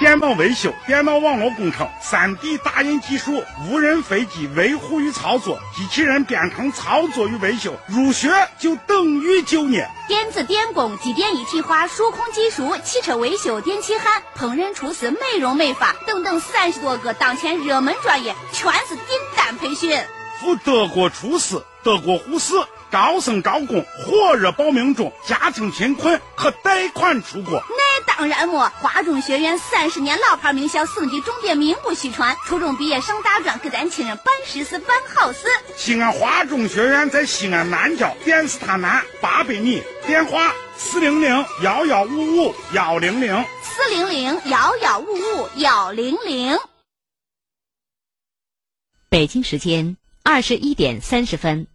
电脑维修、电脑网络工程、3D 打印技术、无人飞机维护与操作、机器人编程操作与维修，入学就等于9年。 电子电工、机电一体化、数控技术、汽车维修、电气焊、烹饪厨师、美容美发等等30多个当前热门专业，全是订单培训。 赴德国厨师、德国护士，招生招工，火热报名中。家庭贫困可贷款出国。 那当然么，华中学院30年老牌名校，省级重点名不虚传。初中毕业上大专，给咱亲人办实事办好事。 西安华中学院在西安南郊电视塔南800米，电话400-1155-100。400-1155-100。 北京时间21点30分。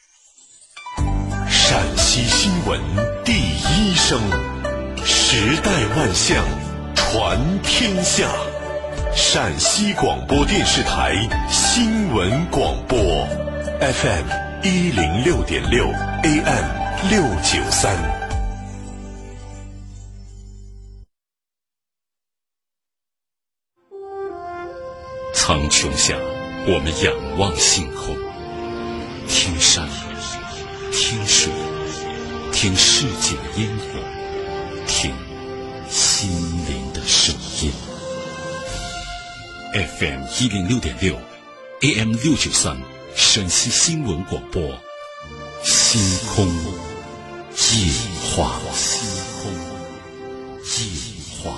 陕西新闻第一声，时代万象传天下。陕西广播电视台新闻广播 FM 106.6 AM 693。 苍穹下，我们仰望星空，听山，听水，听世界的烟火，听心灵的声音。FM 106.6 AM 693，陕西新闻广播，星空夜话。星空夜话。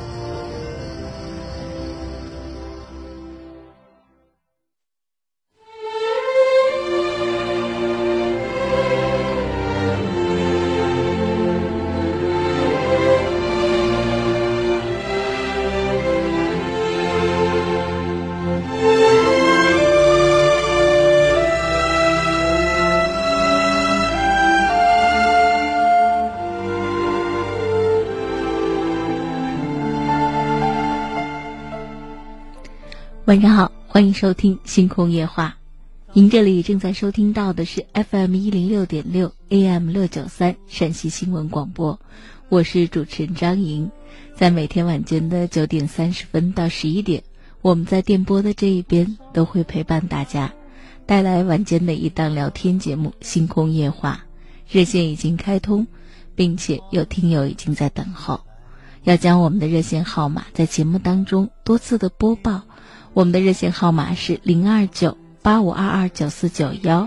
晚上好，欢迎收听星空夜话。您这里正在收听到的是 FM 106.6 AM 693陕西新闻广播，我是主持人张莹。在每天晚间的9点30分到11点，我们在电波的这一边都会陪伴大家，带来晚间的一档聊天节目星空夜话。热线已经开通，并且有听友已经在等候，要将我们的热线号码在节目当中多次的播报。我们的热线号码是029-8522-9491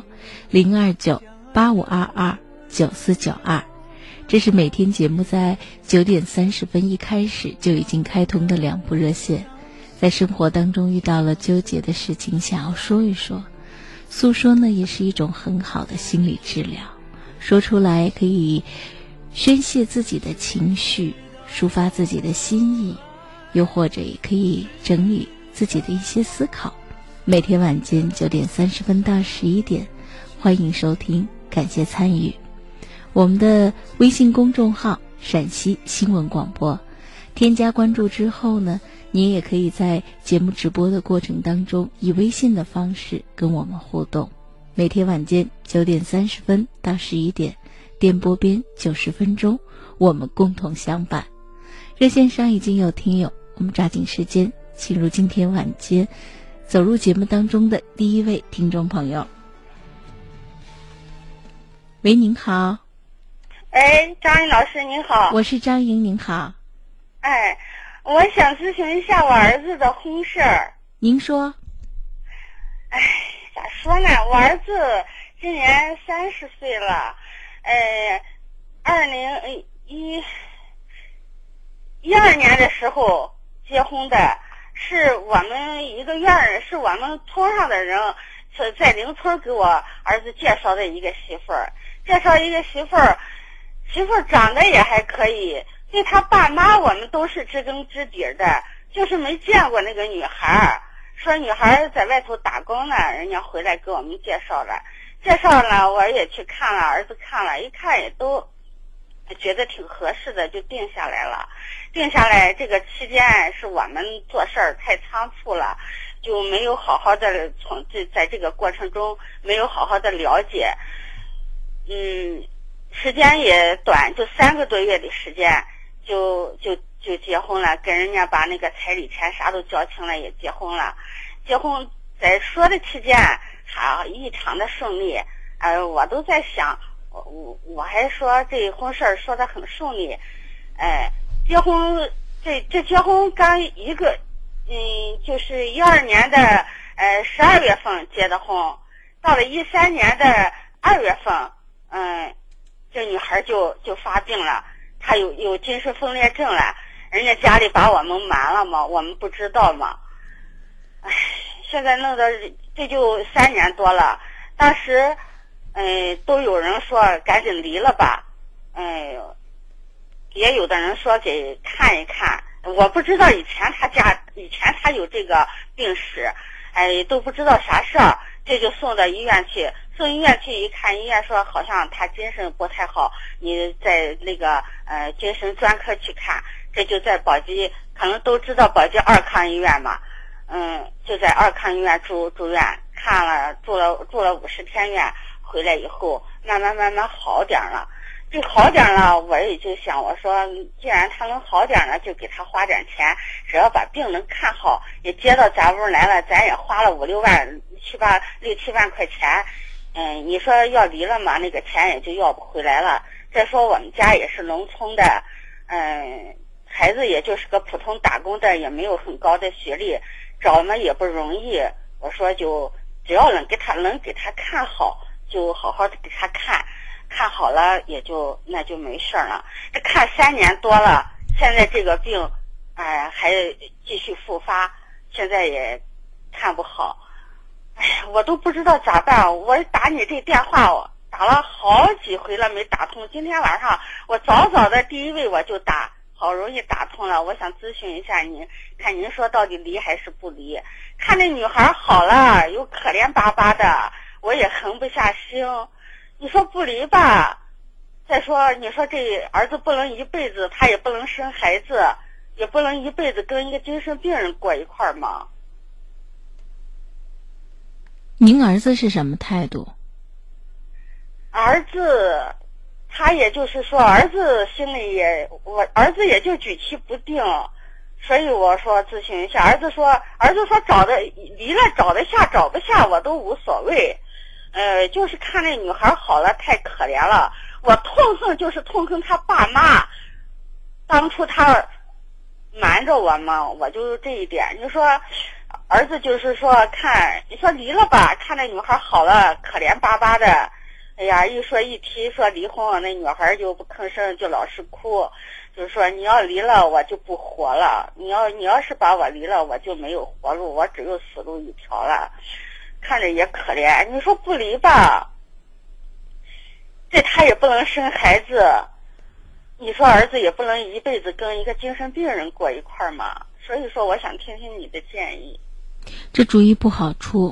029-8522-9492。这是每天节目在9点30分一开始就已经开通的2部热线。在生活当中遇到了纠结的事情，想要说一说，诉说呢也是一种很好的心理治疗，说出来可以宣泄自己的情绪，抒发自己的心意，又或者也可以整理自己的一些思考。每天晚间9点30分到11点，欢迎收听，感谢参与。我们的微信公众号陕西新闻广播，添加关注之后呢，您也可以在节目直播的过程当中以微信的方式跟我们互动。每天晚间9点30分到11点，电波边90分钟，我们共同相伴。热线上已经有听友，我们抓紧时间进入今天晚间走入节目当中的第一位听众朋友。喂，您好。 哎，张颖老师您好。 我是张莹，您好。 哎，我想咨询一下我儿子的婚事儿。 您说。 哎，咋说呢，我儿子今年30岁了，2012年的时候结婚的，是我们一个院儿，是我们村上的人是在邻村给我儿子介绍的一个媳妇儿，媳妇儿长得也还可以，对他爸妈我们都是知根知底的，就是没见过那个女孩，说女孩在外头打工呢，人家回来给我们介绍了，我也去看了，儿子看了，一看也都觉得挺合适的，就定下来了。这个期间是我们做事儿太仓促了，就没有好好的在这个过程中没有好好的了解。时间也短，就3个多月的时间就结婚了，跟人家把那个彩礼钱啥都交清了，也结婚了。结婚在说的期间还异常的顺利，我都在想，我还说这婚事儿说的很顺利，结婚这结婚刚一个，就是12年的12月份结的婚，到了13年的2月份，这女孩就发病了，她有精神分裂症了，人家家里把我们瞒了嘛，我们不知道嘛，现在弄得这就3年多了，当时都有人说赶紧离了吧，也有的人说给看一看，我不知道以前他有这个病史，都不知道啥事儿，这就送到医院去，送医院去一看，医院说好像他精神不太好，你在那个精神专科去看，这就在宝鸡，可能都知道宝鸡二康医院嘛，就在二康医院住院，看了住了50天院，回来以后慢慢好点了。这好点了，我也就想，我说既然他能好点了，就给他花点钱，只要把病能看好，也接到咱屋来了，咱也花了5、6万、6、7万块钱，你说要离了嘛，那个钱也就要不回来了。再说我们家也是农村的，孩子也就是个普通打工的，也没有很高的学历，找嘛也不容易。我说就只要能给他看好，就好好的给他看好了，那就没事了。这看3年多了，现在这个病，还继续复发，现在也看不好。我都不知道咋办。我打你这电话，我打了好几回了没打通。今天晚上我早的第一位我就打，好容易打通了。我想咨询一下您，看您说到底离还是不离？看那女孩好了，又可怜巴巴的，我也横不下心。你说不离吧，再说你说这儿子不能一辈子，他也不能生孩子，也不能一辈子跟一个精神病人过一块儿嘛。 您儿子是什么态度？ 儿子他也就是说，儿子心里我儿子也就举棋不定，所以我说咨询一下。儿子说离了找得下找不下我都无所谓，就是看那女孩好了太可怜了，我痛恨他爸妈，当初他瞒着我嘛，我就这一点。你说儿子就是说你说离了吧，看那女孩好了可怜巴巴的，哎呀，一提说离婚，那女孩就不吭声，就老是哭，就是说你要离了我就不活了，你要是把我离了，我就没有活路，我只有死路一条了。看着也可怜，你说不离吧，这他也不能生孩子，你说儿子也不能一辈子跟一个精神病人过一块儿嘛。所以说我想听听你的建议。 这主意不好出。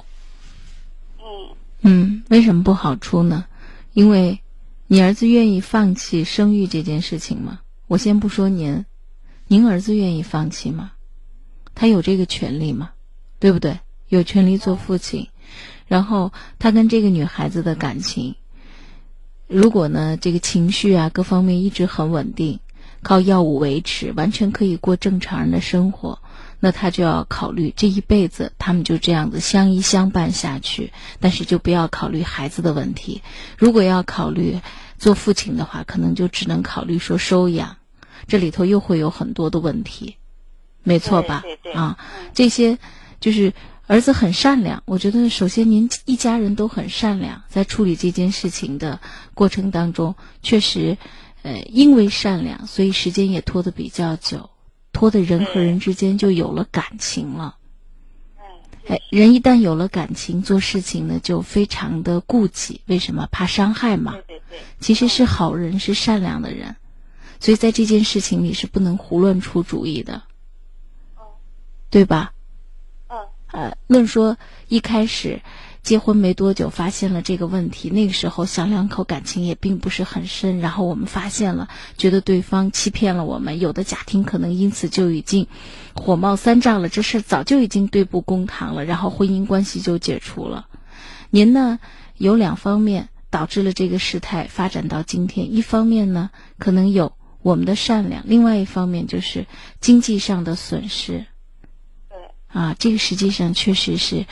为什么不好出呢？因为你儿子愿意放弃生育这件事情吗？我先不说您儿子愿意放弃吗？他有这个权利吗？对不对？有权利做父亲。然后他跟这个女孩子的感情，如果呢这个情绪啊各方面一直很稳定，靠药物维持，完全可以过正常人的生活，那他就要考虑这一辈子他们就这样子相依相伴下去，但是就不要考虑孩子的问题。如果要考虑做父亲的话，可能就只能考虑说收养，这里头又会有很多的问题，没错吧？对这些就是儿子很善良，我觉得首先您一家人都很善良，在处理这件事情的过程当中，确实因为善良，所以时间也拖得比较久，拖得人和人之间就有了感情了。人一旦有了感情，做事情呢就非常的顾忌，为什么？怕伤害嘛。其实是好人，是善良的人，所以在这件事情里是不能胡乱出主意的，对吧？论说一开始结婚没多久发现了这个问题，那个时候小两口感情也并不是很深，然后我们发现了，觉得对方欺骗了我们，有的家庭可能因此就已经火冒三丈了，这事早就已经对簿公堂了，然后婚姻关系就解除了。您呢有2方面导致了这个事态发展到今天，一方面呢可能有我们的善良，另外一方面就是经济上的损失。 对。 啊，这个实际上确实是，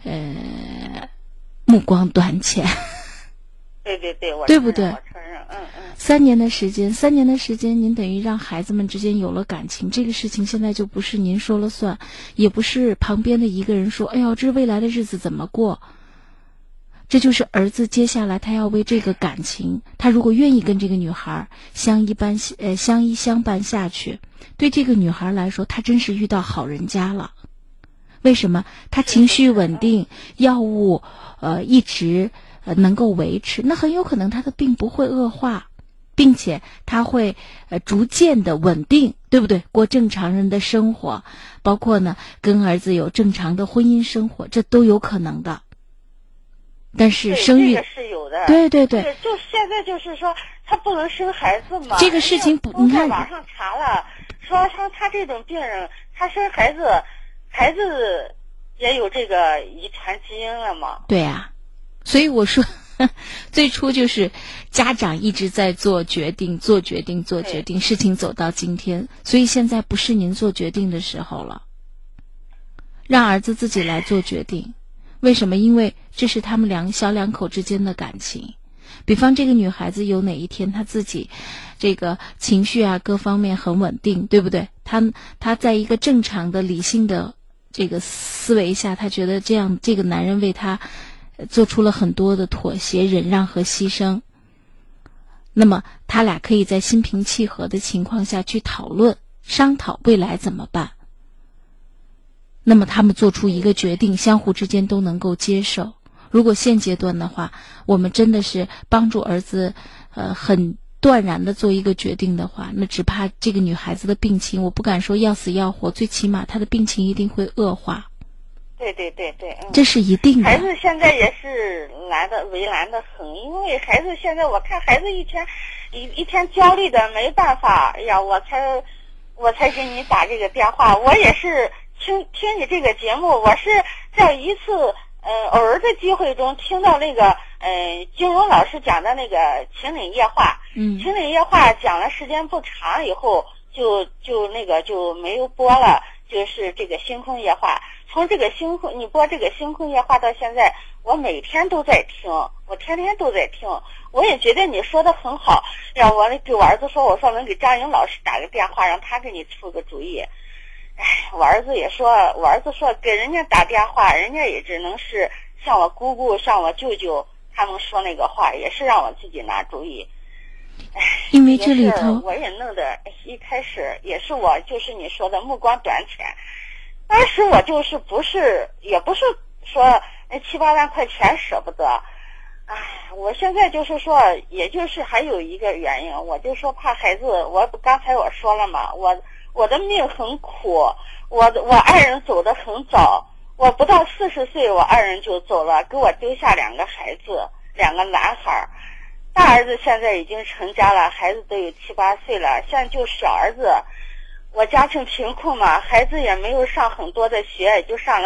目光短浅。 对对对， 对不对？ 我承认 ，3年的时间，您等于让孩子们之间有了感情，这个事情现在就不是您说了算，也不是旁边的一个人说，哎呦，这未来的日子怎么过？这就是儿子接下来他要为这个感情，他如果愿意跟这个女孩相依相伴下去，对这个女孩来说，她真是遇到好人家了。为什么？她情绪稳定，药物一直能够维持，那很有可能她的病不会恶化，并且她会逐渐的稳定，对不对？过正常人的生活，包括呢跟儿子有正常的婚姻生活，这都有可能的。但是生育， 这个是有的。 对对对， 就现在就是说他不能生孩子嘛。 这个事情不，你看网上查了，说他这种病人，他生孩子也有这个遗传基因了嘛。 对啊，所以我说最初就是家长一直在做决定，事情走到今天，所以现在不是您做决定的时候了，让儿子自己来做决定。为什么？因为这是他们小两口之间的感情。比方这个女孩子有哪一天她自己这个情绪啊各方面很稳定，对不对？她在一个正常的理性的这个思维下，她觉得这样这个男人为她做出了很多的妥协、忍让和牺牲，那么他俩可以在心平气和的情况下去商讨未来怎么办。那么他们做出一个决定，相互之间都能够接受。如果现阶段的话，我们真的是帮助儿子很断然的做一个决定的话，那只怕这个女孩子的病情，我不敢说要死要活，最起码她的病情一定会恶化。 对， 这是一定的。 孩子现在也是为难的很，因为孩子现在我看孩子一天焦虑的没办法。哎呀，我才给你打这个电话，我也是听你这个节目，我是在一次偶然的机会中听到那个金荣老师讲的那个秦岭夜话。秦岭夜话讲了时间不长以后，就没有播了，就是这个星空夜话。从这个你播这个星空夜话到现在，我每天都在听，我天天都在听，我也觉得你说的很好。让我给我儿子说，我说能给张颖老师打个电话，让他给你出个主意。我儿子说给人家打电话，人家也只能是像我姑姑像我舅舅他们说那个话，也是让我自己拿主意。 因为这里头我也弄得一开始也是我就是你说的目光短浅，当时我就是也不是说7、8万块钱舍不得。我现在就是说，也就是还有一个原因，我就说怕孩子，刚才我说了嘛，我的命很苦，我爱人走得很早，我不到40岁，我爱人就走了，给我丢下2个孩子，2个男孩。大儿子现在已经成家了，孩子都有7、8岁了，现在就小儿子，我家庭贫困嘛，孩子也没有上很多的学，也就上了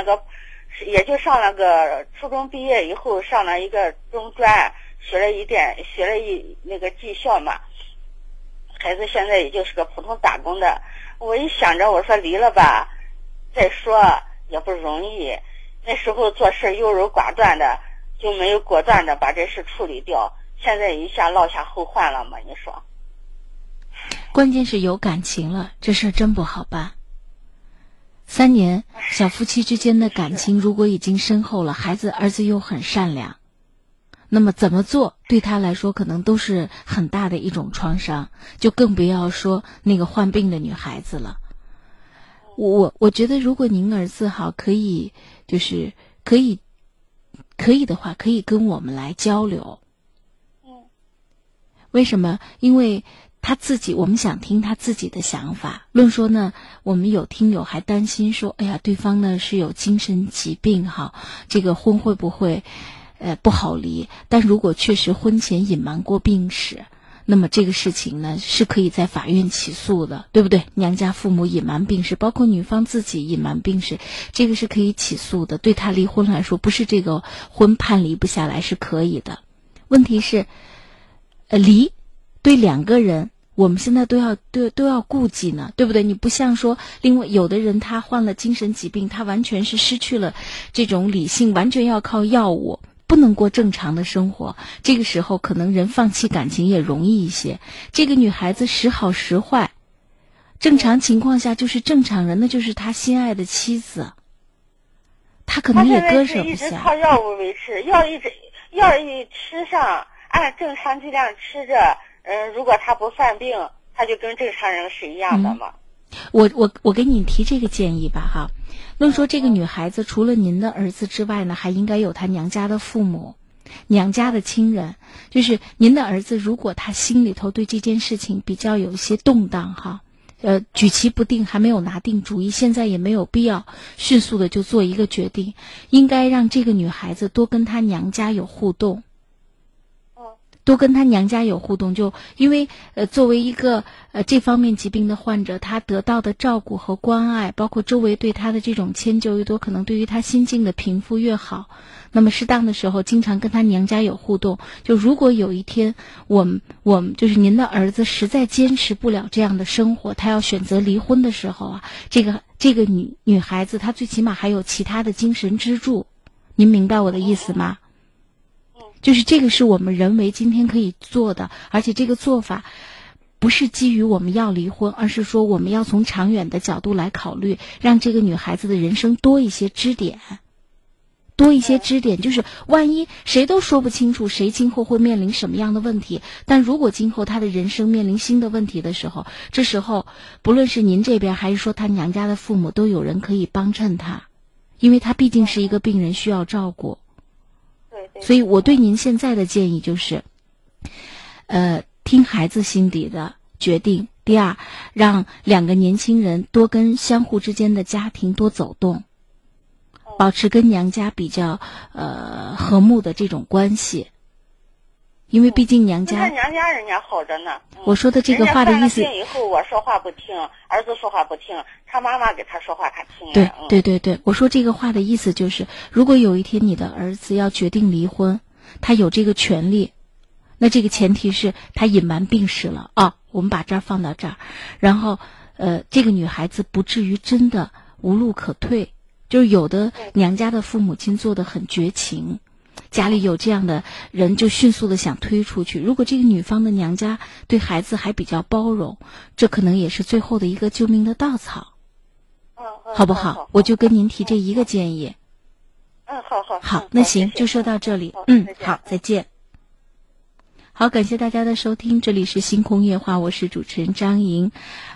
个初中毕业以后上了一个中专，学了那个技校嘛。孩子现在也就是个普通打工的，我一想着我说离了吧，再说也不容易。那时候做事优柔寡断的，就没有果断的把这事处理掉，现在一下落下后患了嘛，你说？ 关键是有感情了，这事真不好办。3年，小夫妻之间的感情如果已经深厚了，儿子又很善良，那么怎么做对他来说可能都是很大的一种创伤，就更不要说那个患病的女孩子了。我觉得如果您儿子可以的话，可以跟我们来交流。为什么？因为我们想听他自己的想法。论说呢，我们有听友还担心说，哎呀，对方呢是有精神疾病这个婚会不会不好离？但如果确实婚前隐瞒过病史，那么这个事情呢是可以在法院起诉的，对不对？娘家父母隐瞒病史，包括女方自己隐瞒病史，这个是可以起诉的。对他离婚来说，不是这个婚判离不下来是可以的。问题是离对2个人我们现在都要顾忌呢，对不对？你不像说，另外有的人他患了精神疾病，他完全是失去了这种理性，完全要靠药物，不能过正常的生活。这个时候可能人放弃感情也容易一些。这个女孩子时好时坏，正常情况下就是正常人，那就是他心爱的妻子，他可能也割舍不下。 一直靠药物维持，药一吃上，按正常剂量吃着。如果他不犯病，他就跟正常人是一样的嘛。 我给你提这个建议吧哈。论说这个女孩子除了您的儿子之外呢，还应该有她娘家的父母、娘家的亲人。就是您的儿子，如果他心里头对这件事情比较有一些动荡哈，举棋不定，还没有拿定主意，现在也没有必要迅速的就做一个决定，应该让这个女孩子多跟她娘家有互动。多跟他娘家有互动，就因为作为一个这方面疾病的患者，他得到的照顾和关爱，包括周围对他的这种迁就越多，可能对于他心境的平复越好。那么适当的时候经常跟他娘家有互动，就如果有一天我们就是您的儿子实在坚持不了这样的生活，他要选择离婚的时候啊，这个女孩子她最起码还有其他的精神支柱。您明白我的意思吗？就是这个是我们人为今天可以做的，而且这个做法不是基于我们要离婚，而是说我们要从长远的角度来考虑，让这个女孩子的人生多一些支点，就是万一谁都说不清楚谁今后会面临什么样的问题，但如果今后她的人生面临新的问题的时候，这时候不论是您这边还是说她娘家的父母，都有人可以帮衬她，因为她毕竟是一个病人，需要照顾。所以我对您现在的建议就是，听孩子心底的决定。第二，让两个年轻人多跟相互之间的家庭多走动，保持跟娘家比较和睦的这种关系。因为毕竟娘家人家好着呢。 我说的这个话的意思， 以后我说话不听，儿子说话不听，他妈妈给他说话他听。 对，我说这个话的意思就是，如果有一天你的儿子要决定离婚，他有这个权利，那这个前提是他隐瞒病史了啊。我们把这儿放到这儿，然后这个女孩子不至于真的无路可退。就是有的娘家的父母亲做得很绝情，家里有这样的人就迅速的想推出去。如果这个女方的娘家对孩子还比较包容，这可能也是最后的一个救命的稻草。好不好？我就跟您提这一个建议。好，那行，就说到这里。好，再见。好，感谢大家的收听，这里是星空夜话，我是主持人张莹。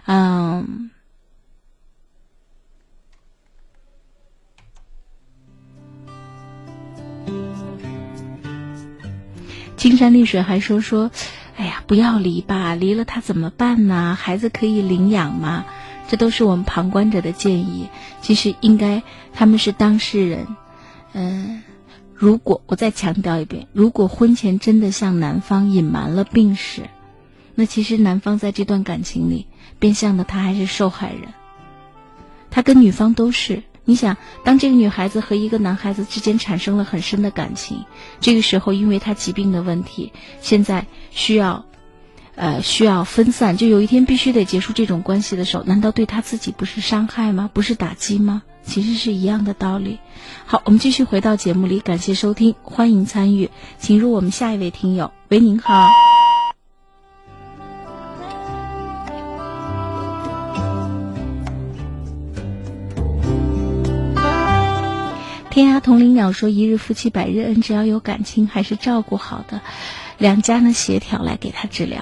青山绿水还说，哎呀，不要离吧，离了他怎么办呢？孩子可以领养吗？这都是我们旁观者的建议。其实应该他们是当事人。如果我再强调一遍，如果婚前真的向男方隐瞒了病史，那其实男方在这段感情里变相的他还是受害人，他跟女方都是。你想，当这个女孩子和一个男孩子之间产生了很深的感情，这个时候因为他疾病的问题，现在需要分散，就有一天必须得结束这种关系的时候，难道对他自己不是伤害吗？不是打击吗？其实是一样的道理。好，我们继续回到节目里，感谢收听，欢迎参与，请入我们下一位听友。喂，您好。天涯同林鸟说，一日夫妻百日恩，只要有感情还是照顾好的，两家呢协调来给他治疗。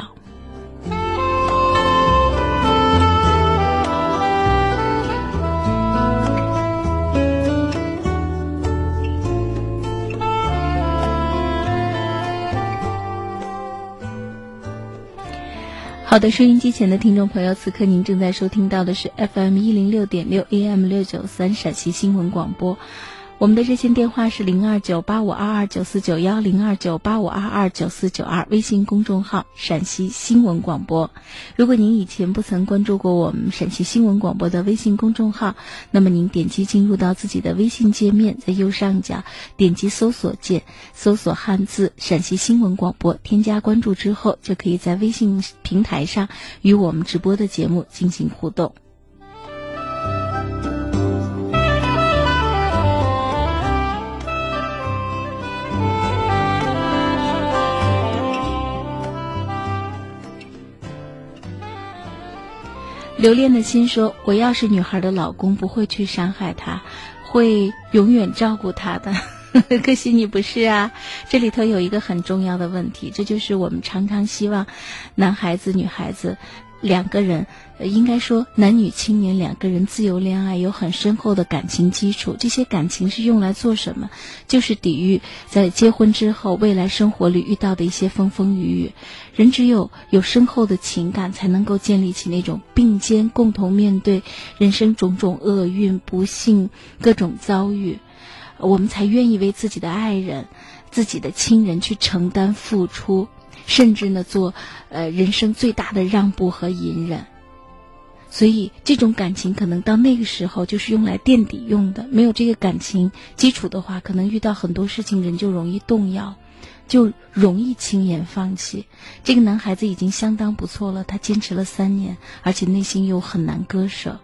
好的，收音机前的听众朋友，此刻您正在收听到的是 FM 106.6 AM 693陕西新闻广播， 我们的热线电话是02985229491，02985229492，微信公众号陕西新闻广播。如果您以前不曾关注过我们陕西新闻广播的微信公众号，那么您点击进入到自己的微信界面，在右上角点击搜索键，搜索汉字陕西新闻广播，添加关注之后，就可以在微信平台上与我们直播的节目进行互动。留恋的心说，我要是女孩的老公，不会去伤害她，会永远照顾她的。可惜你不是啊。这里头有一个很重要的问题，这就是我们常常希望男孩子女孩子两个人，应该说男女青年两个人自由恋爱，有很深厚的感情基础。这些感情是用来做什么？就是抵御在结婚之后未来生活里遇到的一些风风雨雨。人只有深厚的情感，才能够建立起那种并肩共同面对人生种种厄运不幸各种遭遇，我们才愿意为自己的爱人自己的亲人去承担付出，甚至呢做人生最大的让步和隐忍。所以这种感情可能到那个时候就是用来垫底用的，没有这个感情基础的话，可能遇到很多事情人就容易动摇，就容易轻言放弃。这个男孩子已经相当不错了，他坚持了3年，而且内心又很难割舍。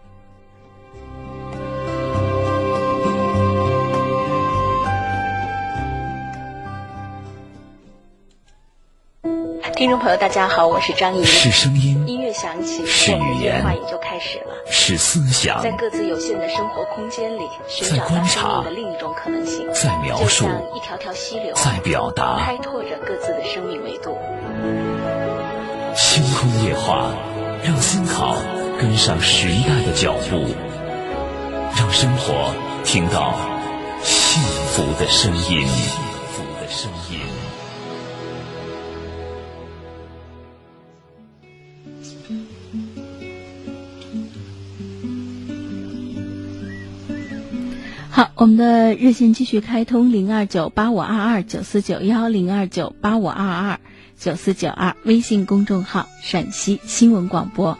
听众朋友大家好，我是张怡。 是声音， 音乐响起， 是语言， 电话也就开始了。 是思想， 在各自有限的生活空间里，寻找到生命的另一种可能性， 在描述， 就像一条条溪流， 在表达， 开拓着各自的生命维度。 星空夜话，让思考跟上时代的脚步，让生活听到幸福的声音。 好，我们的热线继续开通02985229491，02985229492，微信公众号陕西新闻广播。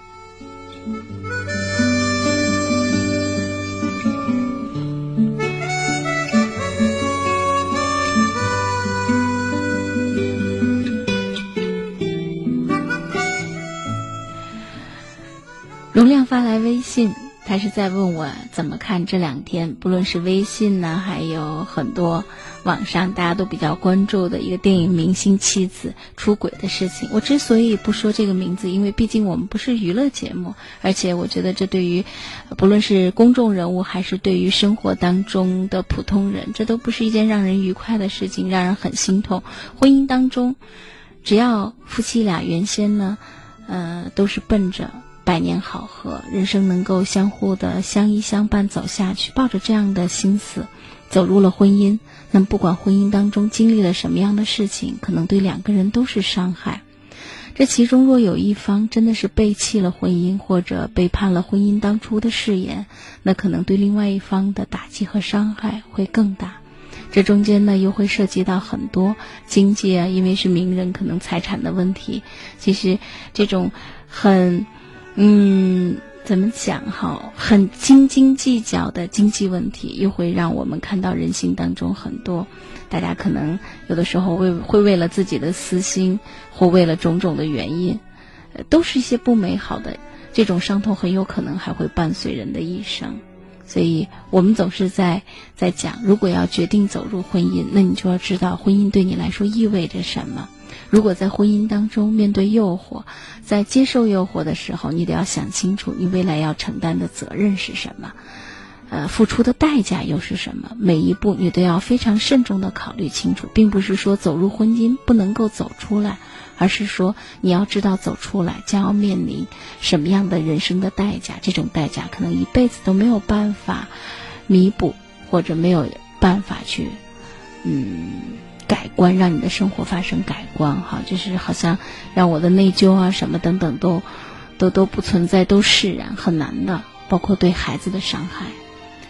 容亮发来微信，他是在问我怎么看这2天，不论是微信呢，还有很多网上大家都比较关注的一个电影明星妻子出轨的事情。我之所以不说这个名字，因为毕竟我们不是娱乐节目，而且我觉得这对于不论是公众人物还是对于生活当中的普通人，这都不是一件让人愉快的事情，让人很心痛。婚姻当中只要夫妻俩原先呢都是奔着百年好合，人生能够相互的相依相伴走下去，抱着这样的心思走入了婚姻，那么不管婚姻当中经历了什么样的事情，可能对2个人都是伤害。这其中若有一方真的是背弃了婚姻，或者背叛了婚姻当初的誓言，那可能对另外一方的打击和伤害会更大。这中间呢又会涉及到很多经济啊，因为是名人可能财产的问题。其实这种很怎么讲哈，很斤斤计较的经济问题，又会让我们看到人性当中很多大家可能有的时候会为了自己的私心，或为了种种的原因，都是一些不美好的，这种伤痛很有可能还会伴随人的一生。所以我们总是在讲，如果要决定走入婚姻，那你就要知道婚姻对你来说意味着什么。如果在婚姻当中面对诱惑，在接受诱惑的时候，你得要想清楚你未来要承担的责任是什么，付出的代价又是什么，每一步你都要非常慎重地考虑清楚。并不是说走入婚姻不能够走出来，而是说你要知道走出来将要面临什么样的人生的代价，这种代价可能一辈子都没有办法弥补，或者没有办法去改观，让你的生活发生改观哈，就是好像让我的内疚啊什么等等都不存在，都释然，很难的，包括对孩子的伤害。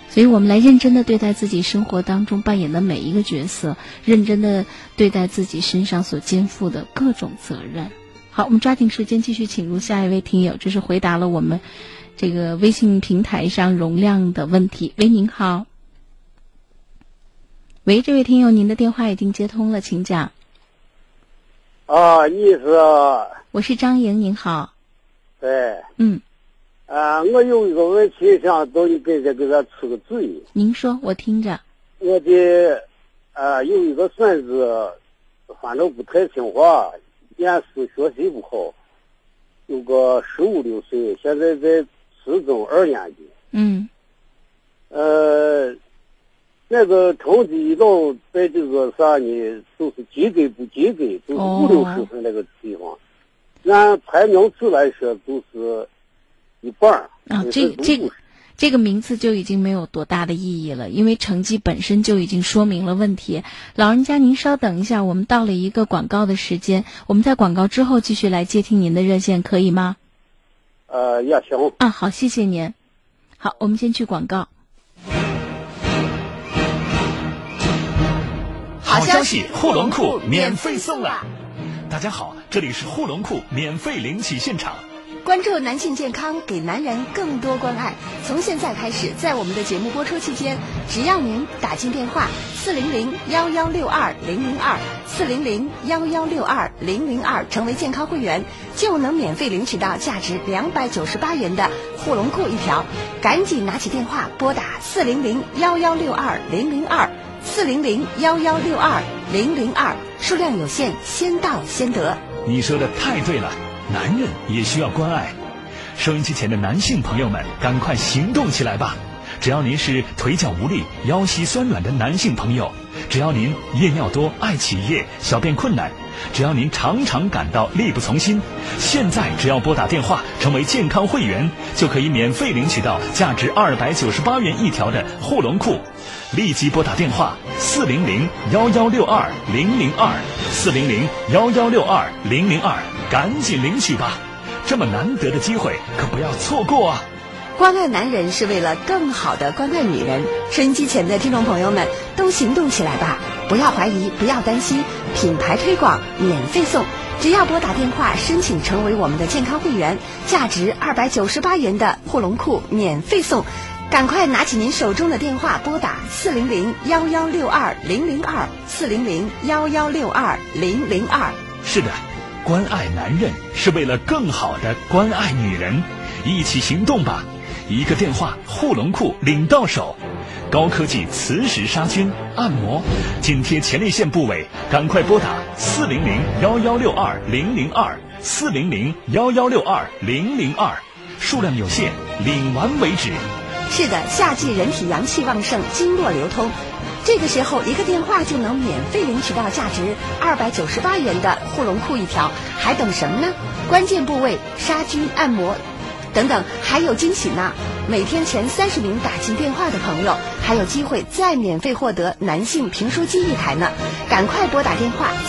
所以我们来认真的对待自己生活当中扮演的每一个角色，认真的对待自己身上所肩负的各种责任。好，我们抓紧时间继续请入下一位听友，这是回答了我们这个微信平台上容量的问题。喂，您好。喂，这位听友，您的电话已经接通了，请讲。 你是？ 我是张莹，您好。 对。 我有一个问题想找你给他出个主意。 您说，我听着。 我的有一个孙子，反正不太听话，念书学习不好，有个15、16岁，现在在初中2年级。那个成绩一到在这个啥呢，都是及格不及格，都是5、60分那个地方。按排名次来说，都是一半。 这个名字就已经没有多大的意义了，因为成绩本身就已经说明了问题。老人家您稍等一下，我们到了一个广告的时间，我们在广告之后继续来接听您的热线，可以吗？ 也行。 好，谢谢您。好，我们先去广告。 好消息，护龙库免费送了！大家好，这里是护龙库免费领取现场。 关注男性健康，给男人更多关爱。从现在开始，在我们的节目播出期间，只要您打进电话400-1162-002，400-1162-002，成为健康会员，就能免费领取到价值298元的护龙库一条。赶紧拿起电话拨打400-1162-002，400-1162-002，数量有限，先到先得。 你说的太对了，男人也需要关爱。收音机前的男性朋友们，赶快行动起来吧！只要您是腿脚无力、腰膝酸软的男性朋友，只要您夜尿多、爱起夜、小便困难，只要您常常感到力不从心，现在只要拨打电话成为健康会员，就可以免费领取到价值298元一条的护龙库。立即拨打电话400-1162-002，400-1162-002，赶紧领取吧！这么难得的机会，可不要错过啊！ 关爱男人是为了更好的关爱女人。收音机前的听众朋友们，都行动起来吧！不要怀疑，不要担心，品牌推广免费送。只要拨打电话申请成为我们的健康会员，价值298元的护龙库免费送。赶快拿起您手中的电话，拨打400-1162-002，400-1162-002。 是的，关爱男人是为了更好的关爱女人，一起行动吧！一个电话，护龙库领到手，高科技磁石杀菌、按摩，紧贴前列腺部位，赶快拨打400-1162-002，400-1162-002，数量有限，领完为止。 是的，夏季人体阳气旺盛，经络流通，这个时候一个电话就能免费领取到价值298元的护龙库一条，还等什么呢？关键部位杀菌按摩等等，还有惊喜呢！每天前30名打进电话的朋友，还有机会再免费获得男性评书机一台呢！赶快拨打电话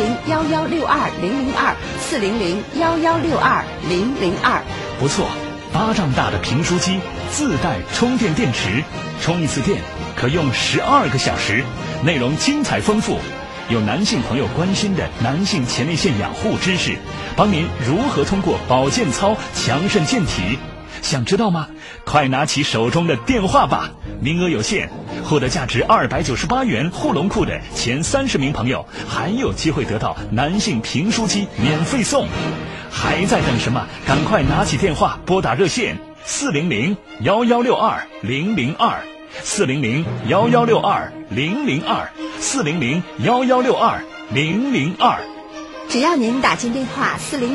400-1162-002，400-1162-002。 不错，8丈大的评书机，自带充电电池，充一次电可用12个小时，内容精彩丰富，有男性朋友关心的男性前列腺养护知识，帮您如何通过保健操强肾健体。想知道吗？快拿起手中的电话吧，名额有限，获得价值298元护龙库的前30名朋友还有机会得到男性评书机免费送。还在等什么？赶快拿起电话拨打热线400-1162-002，400-1162-002，400-1162-002。 只要您打进电话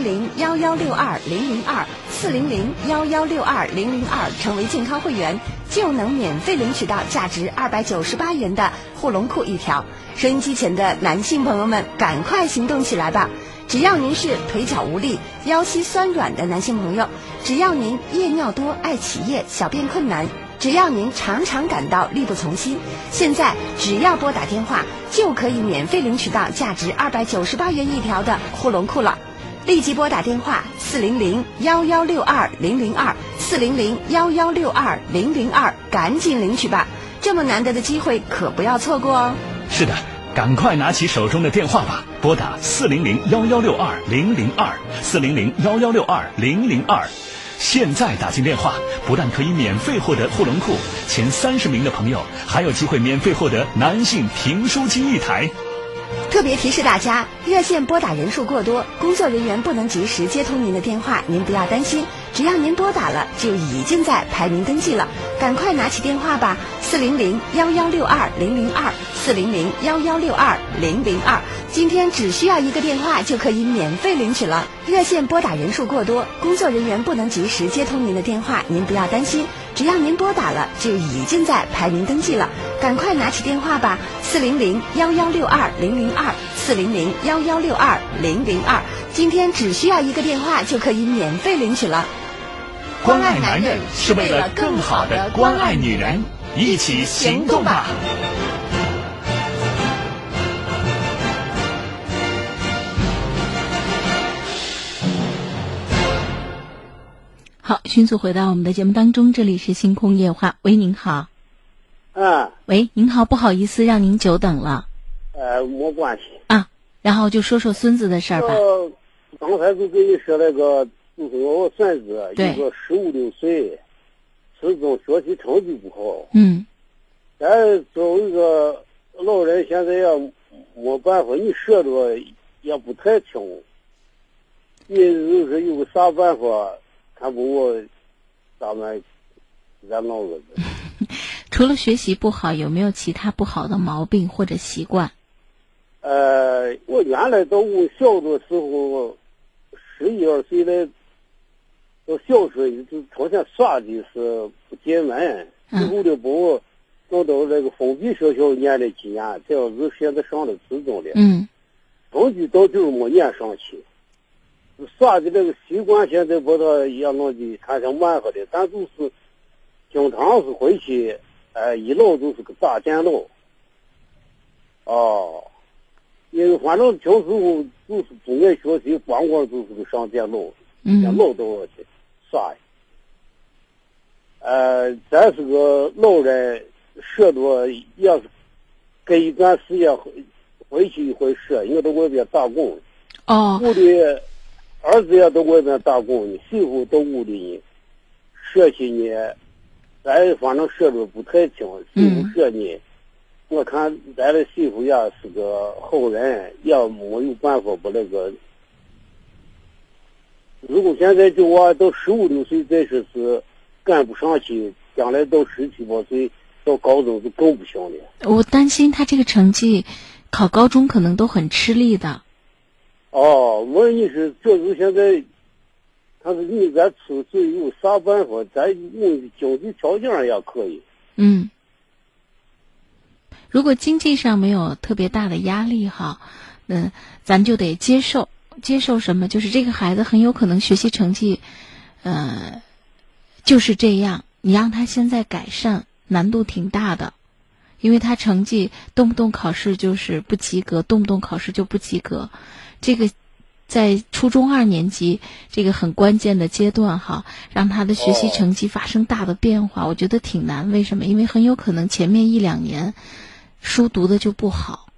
400-1162-002，400-1162-002，成为健康会员，就能免费领取到价值298元的护龙库一条。收音机前的男性朋友们，赶快行动起来吧！只要您是腿脚无力、腰膝酸软的男性朋友，只要您夜尿多、爱起夜、小便困难，只要您常常感到力不从心，现在只要拨打电话就可以免费领取到价值298元一条的护龙库了。立即拨打电话400-1162-002 400-1162-002，赶紧领取吧，这么难得的机会可不要错过哦。 是的，赶快拿起手中的电话吧，拨打400-1162-002，400-1162-002。现在打进电话，不但可以免费获得护龙库，前30名的朋友还有机会免费获得男性评书机1台。 特别提示大家，热线拨打人数过多，工作人员不能及时接通您的电话，您不要担心，只要您拨打了，就已经在排名登记了，赶快拿起电话吧，400-1162-002，400-1162-002，今天只需要1个电话就可以免费领取了。热线拨打人数过多，工作人员不能及时接通您的电话，您不要担心，只要您拨打了，就已经在排名登记了，赶快拿起电话吧，400-1162-002，400-1162-002，今天只需要1个电话就可以免费领取了。 关爱男人是为了更好的关爱女人，一起行动吧。 好，迅速回到我们的节目当中，这里是星空夜话。喂，您好。喂，您好，不好意思让您久等了。 没关系啊，然后就说说孙子的事儿吧。 刚才就跟你说那个，就是我孙子一个15、16岁，始终学习成绩不好。咱作为一个老人，现在也没办法，你说着也不太听。你就是有个啥办法？看不我咱们咱老子除了学习不好，有没有其他不好的毛病或者习惯？ 我原来到我小的时候，11、12岁的，到小时候就成天耍的是不进门，最后的把我弄到那个封闭学校念了几年，这样子现在上了初中了。成绩到就是没念上去。耍的这个习惯现在把他也弄的看成慢活的，但就是经常是回去，一老就是个大电脑。因为反正平时我就是不爱学习，光就是个上电脑，电脑都去耍。咱是个老人，说多也是隔一段时间回去一回说，因为到外边打工。我的儿子也到外面打工呢，媳妇到屋里呢，说起呢，咱反正说着不太听，媳妇说呢，我看咱的媳妇也是个好人，也没有办法把那个，如果现在就我到15、16岁再说是赶不上去，将来到17、18岁到高中就更不行了。 我担心他这个成绩考高中可能都很吃力的。 我你是这是现在，他是你咱出去有啥办法？咱用经济条件也可以。 如果经济上没有特别大的压力哈，咱就得接受什么？就是这个孩子很有可能学习成绩，就是这样。你让他现在改善，难度挺大的，因为他成绩动不动考试就是不及格，动不动考试就不及格。这个在初中2年级这个很关键的阶段哈，让他的学习成绩发生大的变化，我觉得挺难。为什么？因为很有可能前面1、2年书读的就不好。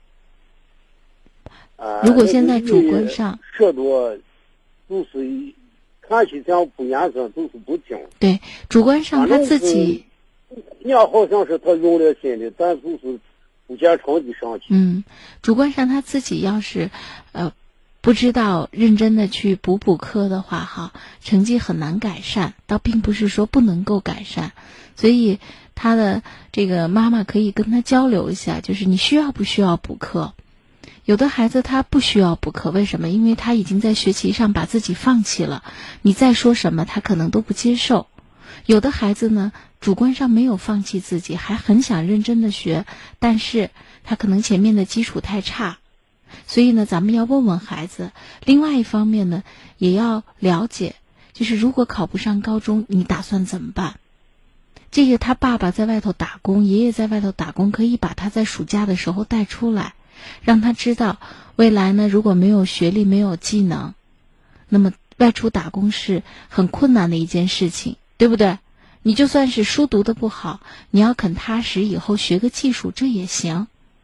如果现在主观上说多，就是看起像不严肃，就是不听。 对，主观上他自己， 你好像是他用了心的，但就是不见成绩上去。 主观上他自己要是不知道认真的去补课的话哈，成绩很难改善，倒并不是说不能够改善。所以他的这个妈妈可以跟他交流一下，就是你需要不需要补课？有的孩子他不需要补课，为什么？因为他已经在学习上把自己放弃了，你再说什么他可能都不接受。有的孩子呢，主观上没有放弃自己，还很想认真的学，但是他可能前面的基础太差。所以呢，咱们要问问孩子。另外一方面呢，也要了解，就是如果考不上高中，你打算怎么办？这个他爸爸在外头打工，爷爷在外头打工，可以把他在暑假的时候带出来，让他知道未来呢，如果没有学历没有技能，那么外出打工是很困难的一件事情。 对不对？你就算是书读得不好，你要肯踏实，以后学个技术这也行。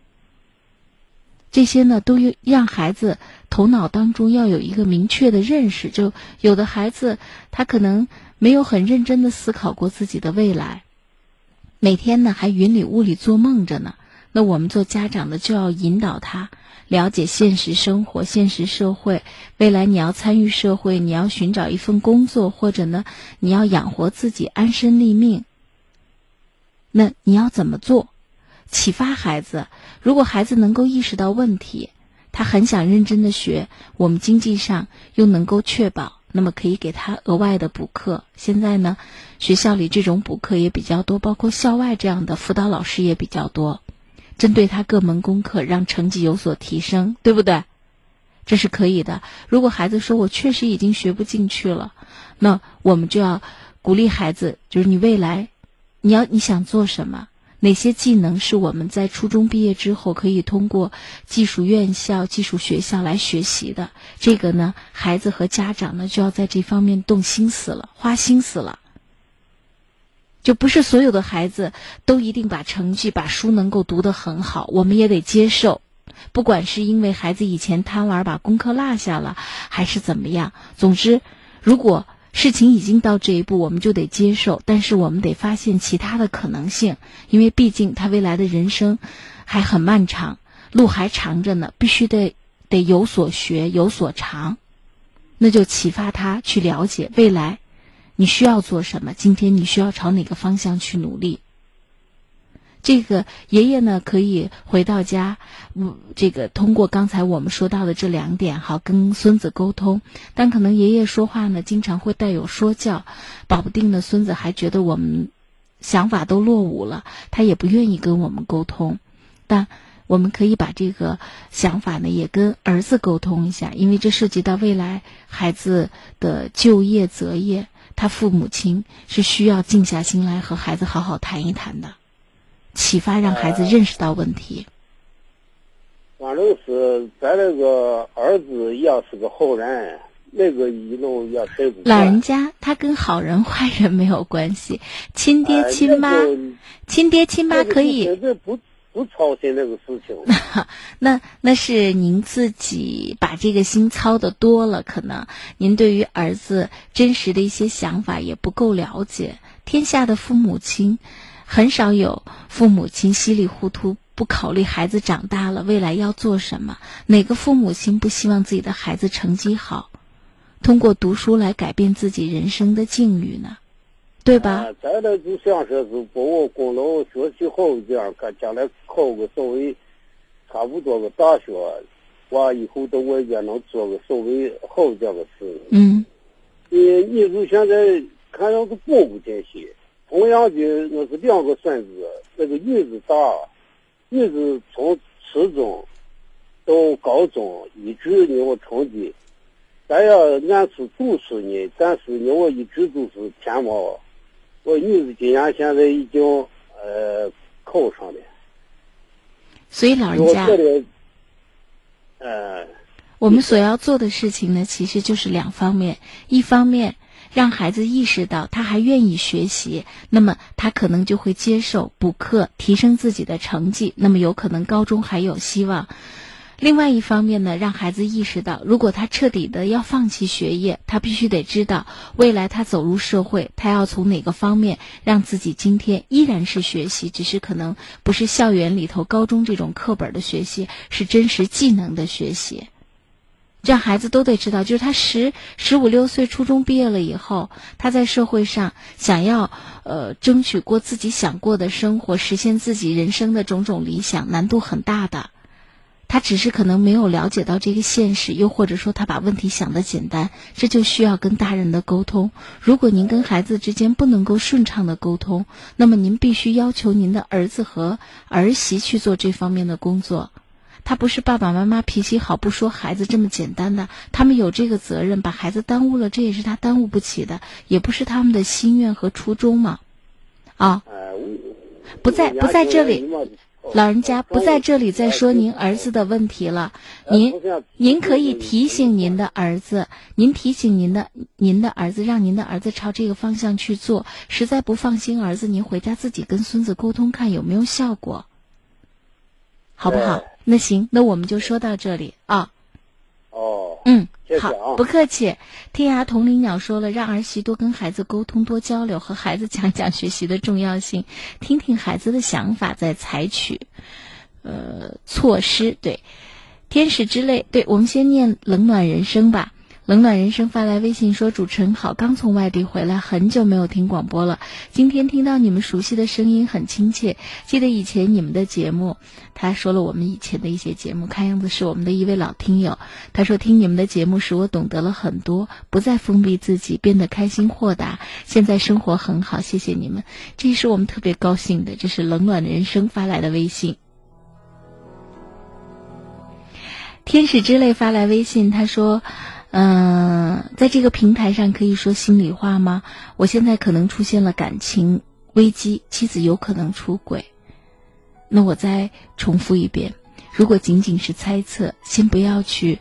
这些呢都让孩子头脑当中要有一个明确的认识。就有的孩子他可能没有很认真的思考过自己的未来，每天呢还云里雾里做梦着呢。那我们做家长的就要引导他了解现实生活、现实社会，未来你要参与社会，你要寻找一份工作，或者呢你要养活自己，安身立命，那你要怎么做？启发孩子。如果孩子能够意识到问题，他很想认真的学，我们经济上又能够确保，那么可以给他额外的补课。现在呢学校里这种补课也比较多，包括校外这样的辅导老师也比较多，针对他各门功课让成绩有所提升，对不对？这是可以的。如果孩子说我确实已经学不进去了，那我们就要鼓励孩子，就是你未来你想做什么，哪些技能是我们在初中毕业之后可以通过技术院校、技术学校来学习的。这个呢孩子和家长呢就要在这方面动心思了，花心思了。就不是所有的孩子都一定把成绩把书能够读得很好，我们也得接受。不管是因为孩子以前贪玩把功课落下了，还是怎么样，总之如果事情已经到这一步，我们就得接受，但是我们得发现其他的可能性，因为毕竟他未来的人生还很漫长，路还长着呢，必须得有所学有所长。那就启发他去了解未来你需要做什么，今天你需要朝哪个方向去努力。这个爷爷呢可以回到家，这个通过刚才我们说到的这2点好跟孙子沟通。但可能爷爷说话呢经常会带有说教，保不定呢孙子还觉得我们想法都落伍了，他也不愿意跟我们沟通。但我们可以把这个想法呢也跟儿子沟通一下，因为这涉及到未来孩子的就业择业，他父母亲是需要静下心来和孩子好好谈一谈的，启发让孩子认识到问题。 反正是咱那个儿子要是个好人，那个一路要谁不老人家他跟好人坏人没有关系，亲爹亲妈、亲爹亲妈可以不操心那个事情。 那是您自己把这个心操得多了，可能您对于儿子真实的一些想法也不够了解。天下的父母亲很少有父母亲稀里糊涂不考虑孩子长大了未来要做什么。哪个父母亲不希望自己的孩子成绩好，通过读书来改变自己人生的境遇呢？对吧？ 咱这就像是把握功劳学习好这样，将来考个稍微差不多个大学，完以后到外边能做个稍微好这个事。你就现在看样子过不进去。同样的，那是2个孙子，那个女子大，女子从初中到高中一直呢我成绩，咱要按次读书呢，但是呢我一直都是偏毛。我女子今年现在已经考上了。 所以老人家我们所要做的事情呢其实就是2方面。一方面让孩子意识到他还愿意学习，那么他可能就会接受补课，提升自己的成绩，那么有可能高中还有希望。另外一方面呢，让孩子意识到如果他彻底的要放弃学业，他必须得知道未来他走入社会，他要从哪个方面让自己今天依然是学习，只是可能不是校园里头高中这种课本的学习，是真实技能的学习。这样孩子都得知道，就是他15、16岁初中毕业了以后，他在社会上想要争取过自己想过的生活，实现自己人生的种种理想，难度很大的。他只是可能没有了解到这个现实，又或者说他把问题想得简单，这就需要跟大人的沟通。如果您跟孩子之间不能够顺畅的沟通，那么您必须要求您的儿子和儿媳去做这方面的工作。他不是爸爸妈妈脾气好不说孩子这么简单的，他们有这个责任，把孩子耽误了，这也是他耽误不起的，也不是他们的心愿和初衷嘛。不在这里， 老人家不在这里再说您儿子的问题了，您可以提醒您的儿子，您提醒您的儿子，让您的儿子朝这个方向去做。实在不放心儿子，您回家自己跟孙子沟通看有没有效果，好不好？那行，那我们就说到这里啊。好，不客气。天涯同林鸟说了，让儿媳多跟孩子沟通，多交流，和孩子讲讲学习的重要性，听听孩子的想法，再采取措施。对，天使之泪，对，我们先念冷暖人生吧。冷暖人生发来微信说，主持人好，刚从外地回来，很久没有听广播了，今天听到你们熟悉的声音很亲切，记得以前你们的节目，他说了我们以前的一些节目，看样子是我们的一位老听友，他说听你们的节目使我懂得了很多，不再封闭自己，变得开心豁达，现在生活很好，谢谢你们，这是我们特别高兴的。这是冷暖人生发来的微信。天使之泪发来微信，他说在这个平台上可以说心里话吗？我现在可能出现了感情危机，妻子有可能出轨。那我再重复一遍，如果仅仅是猜测，先不要去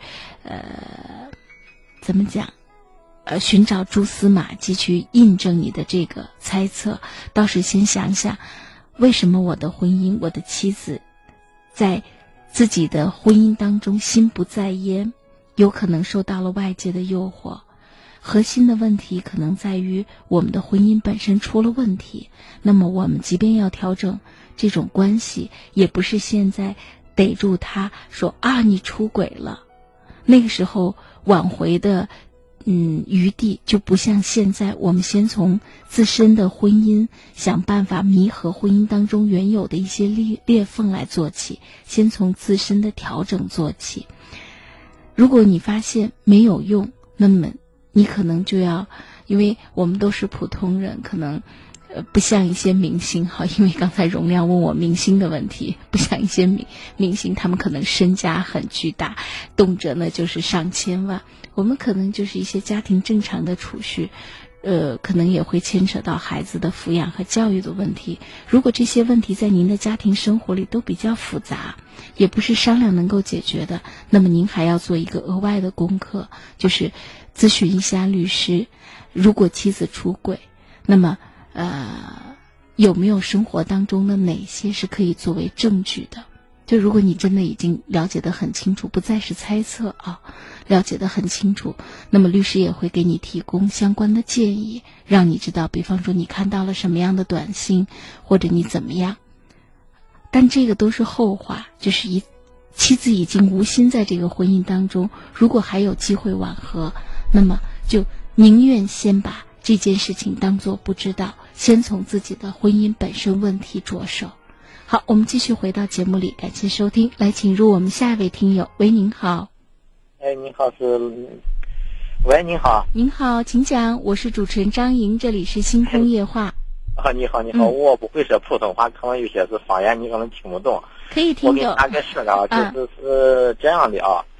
怎么讲寻找蛛丝马迹去印证你的这个猜测，倒是先想想为什么我的婚姻，我的妻子在自己的婚姻当中心不在焉，有可能受到了外界的诱惑，核心的问题可能在于我们的婚姻本身出了问题。那么我们即便要调整这种关系，也不是现在逮住他说你出轨了，那个时候挽回的余地就不像现在，我们先从自身的婚姻想办法弥合婚姻当中原有的一些裂缝来做起，先从自身的调整做起。如果你发现没有用，那么你可能就要，因为我们都是普通人，可能不像一些明星哈，因为刚才容亮问我明星的问题，不像一些明星，他们可能身家很巨大，动辄呢就是上千万，我们可能就是一些家庭正常的储蓄，可能也会牵扯到孩子的抚养和教育的问题。如果这些问题在您的家庭生活里都比较复杂，也不是商量能够解决的，那么您还要做一个额外的功课，就是咨询一下律师。如果妻子出轨，那么有没有生活当中的哪些是可以作为证据的？就如果你真的已经了解得很清楚，不再是猜测了解得很清楚，那么律师也会给你提供相关的建议，让你知道，比方说你看到了什么样的短信，或者你怎么样。但这个都是后话，就是妻子已经无心在这个婚姻当中，如果还有机会挽合，那么就宁愿先把这件事情当作不知道，先从自己的婚姻本身问题着手。好，我们继续回到节目里，感谢收听，来请入我们下一位听友。喂，您好。 您好，喂，您好。 您好，请讲，我是主持人张莹，这里是星空夜话。 你好，我不会说普通话，可能有些是方言，你可能听不懂。 可以听懂。 我给你大概说的就是这样的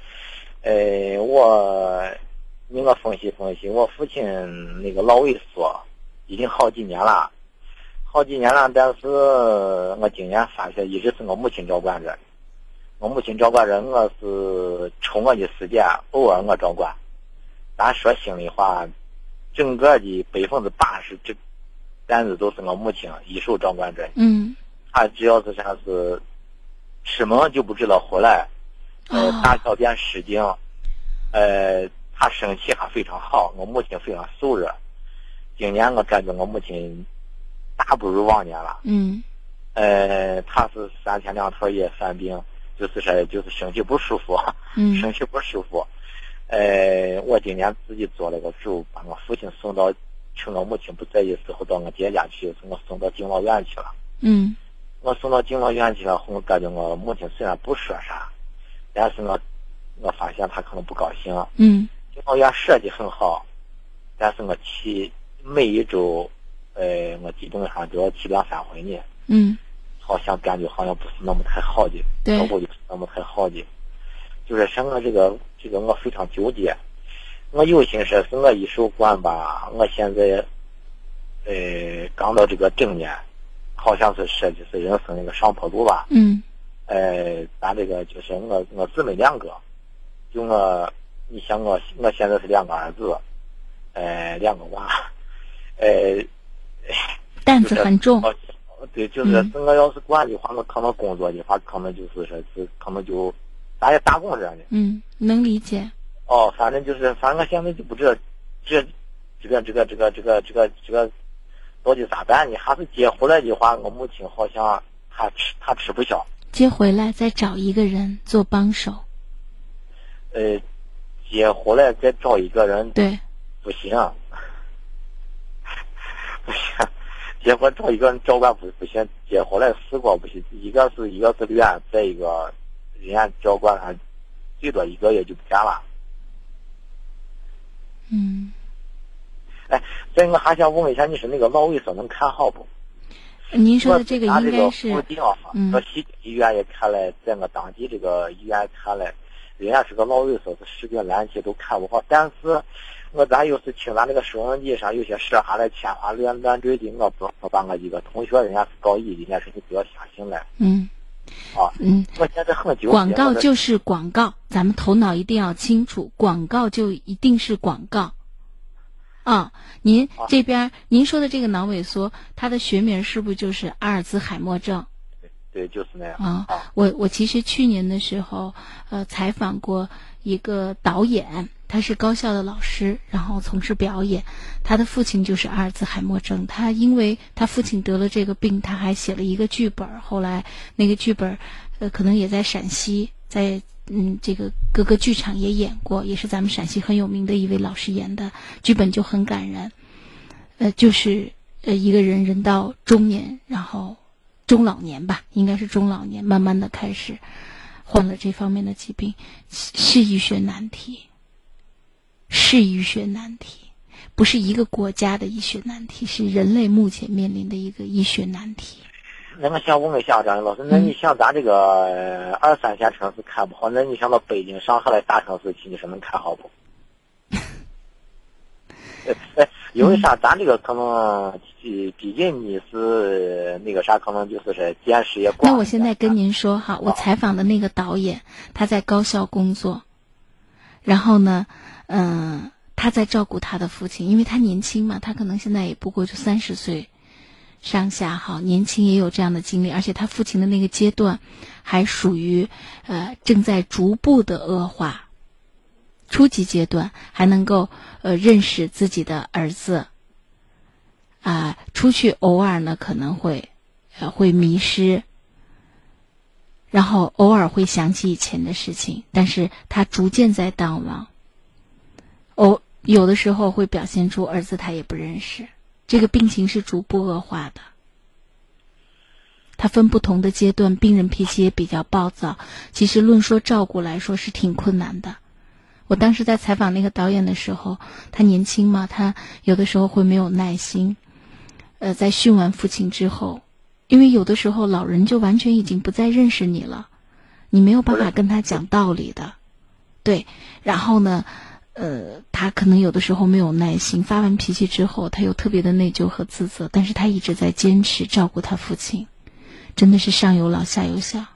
您给我分析分析，我父亲那个脑萎缩已经好几年了，但是我今年发现一直是我母亲照管着。我是充我的时间，偶尔我照管。咱说心里话，整个的80%这担子都是我母亲一手照管着。她只要是啥是吃门就不知道回来，大小便失禁，她生气还非常好，我母亲非常瘦弱。今年我感觉我母亲大不如往年了。她是3天2头也犯病，就是身体不舒服。我今年自己做了个主，把我父亲送到，趁我母亲不在意时候到我姐家去，我送到敬老院去了。我送到敬老院去了后，我感觉我母亲虽然不说啥，但是我发现她可能不高兴。敬老院设计很好，但是我每一周我基本上都要去2-3回呢。好像感觉好像不是那么太好的，要不就是那么太好的，就是像我这个我非常纠结。我有心说是我一手管吧，我现在刚到这个正年， 好像是设计师人生那个上坡路吧。咱这个就是我姊妹2个，就你想我现在是2个儿子，2个娃， 担子很重。 对，就是我要是管的话，我可能工作的话，可能就是说是可能就咱也打工这样的。 能理解。 反正我现在就不知道这个到底咋办呢？还是接回来的话，我母亲好像她吃不消。 接回来再找一个人做帮手。 接回来再找一个人， 对， 不行，不行，结婚找一个人照管不行，接回来4个不行，一个是远，再一个人家照管他最多1个月就不干了。再我还想问一下，你是那个脑萎缩能看好不？ 您说的这个应该是我西医院也看了，在我当地这个医院看了，人家是个脑萎缩，是视觉蓝体都看不好。但是咱有时听咱这个收音机上有些说下来天花乱坠的，我把我一个同学，人家是高1，人家说你不要相信了。我现在很纠结。 广告就是广告，咱们头脑一定要清楚，广告就一定是广告。您这边您说的这个脑萎缩，它的学名是不是就是阿尔兹海默症？ 对，就是那样。 我其实去年的时候，采访过一个导演，他是高校的老师，然后从事表演。他的父亲就是阿尔兹海默症，他因为他父亲得了这个病，他还写了一个剧本，后来那个剧本，可能也在陕西，在这个各个剧场也演过，也是咱们陕西很有名的一位老师演的，剧本就很感人。就是一个人到中年，然后中老年吧，应该是中老年，慢慢的开始患了这方面的疾病，是医学难题，不是一个国家的医学难题，是人类目前面临的一个医学难题。 那我想问一下张老师，那你像咱这个2、3线城市看不好，那你想到北京、上海的大城市去，你说能看好不？因为啥？咱这个可能毕竟你是那个啥，可能就是见识也广。 那我现在跟您说哈，我采访的那个导演，他在高校工作，然后呢，他在照顾他的父亲，因为他年轻嘛，他可能现在也不过就30岁上下，哈，年轻也有这样的经历，而且他父亲的那个阶段还属于正在逐步的恶化。初级阶段还能够认识自己的儿子，出去偶尔呢可能会迷失，然后偶尔会想起以前的事情，但是他逐渐在淡忘。有的时候会表现出儿子他也不认识，这个病情是逐步恶化的。他分不同的阶段，病人脾气也比较暴躁，其实论说照顾来说是挺困难的。我当时在采访那个导演的时候，他年轻嘛，他有的时候会没有耐心。在训完父亲之后，因为有的时候老人就完全已经不再认识你了，你没有办法跟他讲道理的。对，然后呢，他可能有的时候没有耐心，发完脾气之后，他又特别的内疚和自责，但是他一直在坚持照顾他父亲，真的是上有老下有小。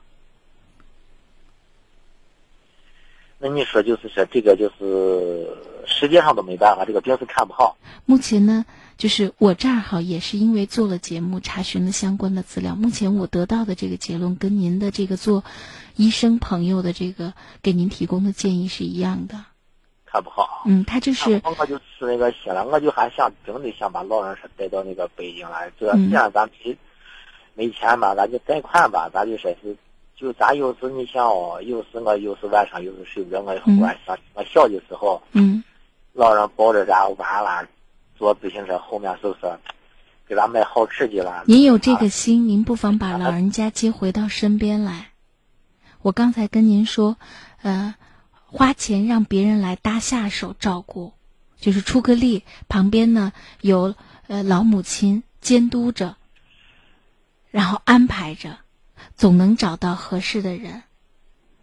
那你说就是说这个就是世界上都没办法，这个病是看不好。 目前呢，就是我这儿好也是因为做了节目，查询了相关的资料，目前我得到的这个结论跟您的这个做医生朋友的这个给您提供的建议是一样的。 看不好。 他就是我就吃那个心了，我就还真的想把老人是带到那个北京来，这既然咱没钱吧，咱就贷款吧，咱就说是。就咱有时你想有时晚上有时睡不着，我忽然想我小的时候，老人抱着咱玩了，坐自行车后面是不是给咱买好吃的了？ 您有这个心，您不妨把老人家接回到身边来。我刚才跟您说，花钱让别人来搭下手照顾，就是出个力，旁边呢有老母亲监督着，然后安排着。总能找到合适的人，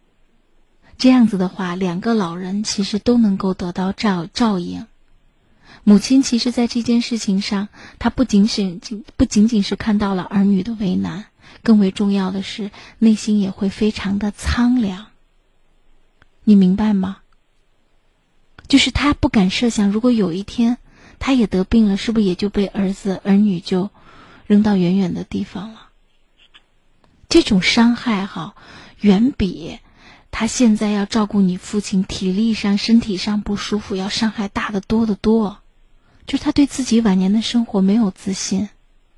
这样子的话，2个老人其实都能够得到照应。 母亲其实在这件事情上，她不仅仅是看到了儿女的为难，更为重要的是内心也会非常的苍凉。你明白吗？就是她不敢设想，如果有一天她也得病了，是不是也就被儿女就扔到远远的地方了？这种伤害远比她现在要照顾你父亲体力上身体上不舒服要伤害大得多得多。就是她对自己晚年的生活没有自信，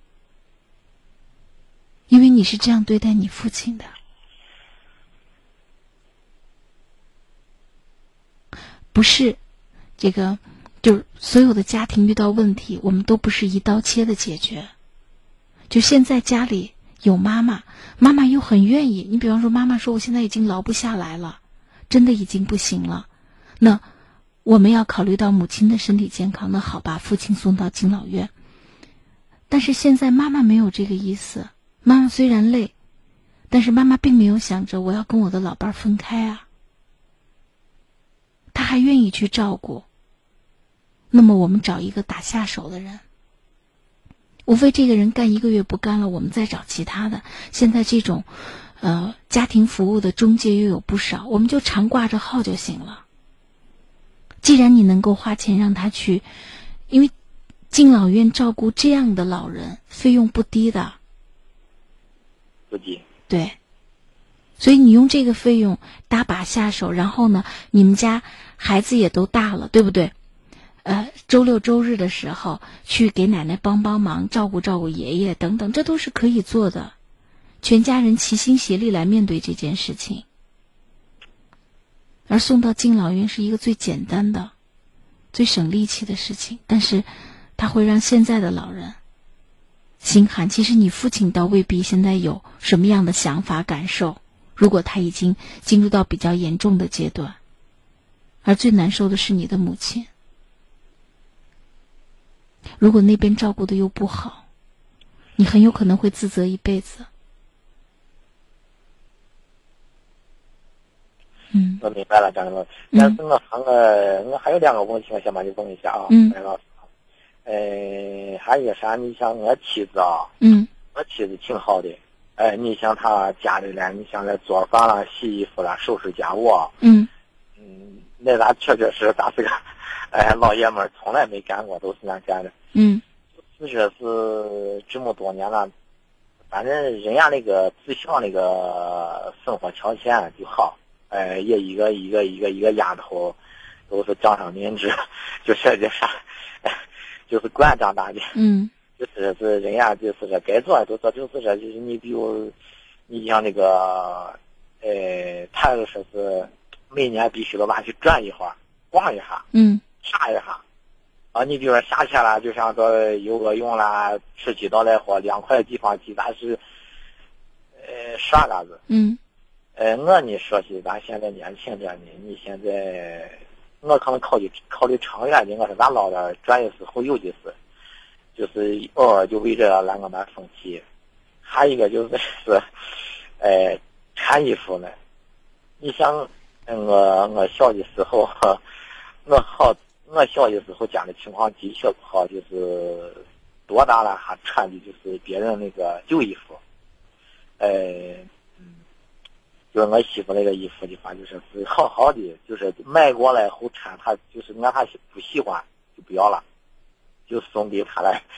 因为你是这样对待你父亲的。不是这个，就是所有的家庭遇到问题，我们都不是一刀切的解决。就现在家里有妈妈，妈妈又很愿意，你比方说妈妈说我现在已经劳不下来了，真的已经不行了，那我们要考虑到母亲的身体健康，那好吧，父亲送到敬老院。但是现在妈妈没有这个意思，妈妈虽然累，但是妈妈并没有想着我要跟我的老伴分开啊，她还愿意去照顾。那么我们找一个打下手的人，无非这个人干1个月不干了，我们再找其他的。现在这种家庭服务的中介又有不少，我们就常挂着号就行了。既然你能够花钱让他去，因为敬老院照顾这样的老人费用不低的， 不低。 对，所以你用这个费用搭把下手，然后呢，你们家孩子也都大了，对不对？周六周日的时候去给奶奶帮帮忙，照顾照顾爷爷等等，这都是可以做的。全家人齐心协力来面对这件事情。而送到敬老院是一个最简单的、最省力气的事情，但是它会让现在的老人心寒。其实你父亲倒未必现在有什么样的想法感受，如果他已经进入到比较严重的阶段。而最难受的是你的母亲，如果那边照顾的又不好，你很有可能会自责一辈子。 我明白了，张老师。但是我还有2个问题，我想把你问一下啊，张老师。还有一个啥？你像我妻子啊，我妻子挺好的，你像她家里呢，你像在做饭啦、洗衣服啦、收拾家务啊，那咱确实咱是个，老爷们儿，从来没干过，都是俺干的。就是说是这么多年了，反正人家那个自小那个生活条件就好。也一个丫头，都是掌上明珠，就是这啥，就是惯长大的。就是人家就是说该做的都做，就是说就是你比如你像那个，他就说是每年必须都拿去转一会儿，逛一下，啥一下。你比如说夏天了，就像说游个泳啦，吃起到来或凉快地方去，咱是耍啥子。我呢说起咱现在年轻点呢，你现在我可能考虑长远的，我说咱老点转的时候有的是，就是偶尔就围着来我们风气。还有一个就是穿衣服呢，你想我小的时候，我小的时候家里情况的确不好，就是多大了还穿的就是别人那个旧衣服，就是我媳妇那个衣服的话，就是好好的，就是买过来后穿，她就是俺还不喜欢就不要了，就送给她来，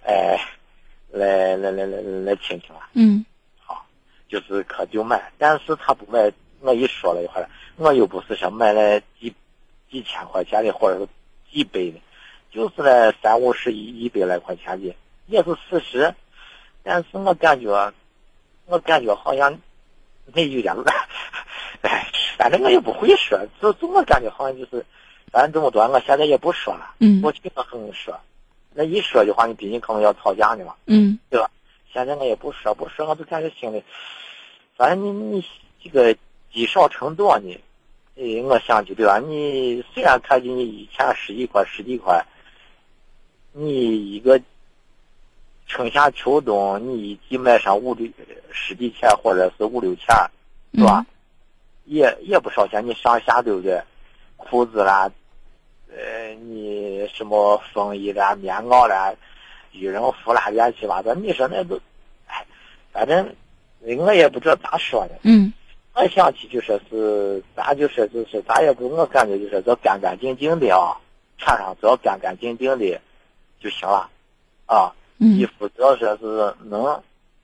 来亲戚了。好，就是可就买，但是她不买，我一说了一会儿，我又不是说买来几千块钱的，或者是几百的，就是来30-50、100来块钱的，也是事实。但是我感觉好像那有点乱，反正我也不会说，总我感觉好像就是，反正这么多，我现在也不说了。过去我很说，那一说的话，你毕竟可能要吵架的嘛，对吧？现在我也不说，我就感觉心里，反正你这个积少成多呢。我想起对吧？你虽然看见你以前10几块、10几块，你一个春夏秋冬，你一季卖上10几钱或者是5、6钱，是吧？也不少钱，你上下对不对？裤子啦， 你什么风衣啦、棉袄啦、羽绒服啦，乱七八糟，你说那都，反正我也不知道咋说的。我想起就说是咱也不，我感觉就是要干干净净的啊，穿上只要干干净净的就行了啊。衣服只要说是能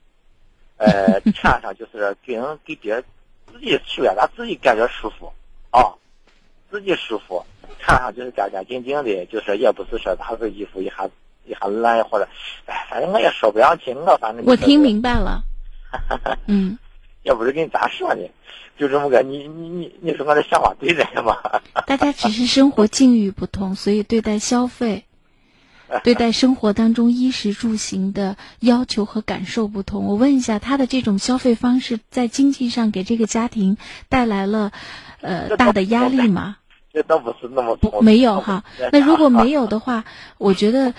穿上就是给别人自己去了，咱自己感觉舒服啊，自己舒服，穿上就是干干净净的，就是也不是说咱这衣服一下烂或者，反正我也说不上清了，反正、就是、 我听明白了。 也不是跟你咋说呢，就这么个你说我的想法对着吗？ 大家只是生活境遇不同，所以对待消费对待生活当中衣食住行的要求和感受不同。我问一下，他的这种消费方式在经济上给这个家庭带来了大的压力吗？ 这倒不是那么没有哈。那如果没有的话，我觉得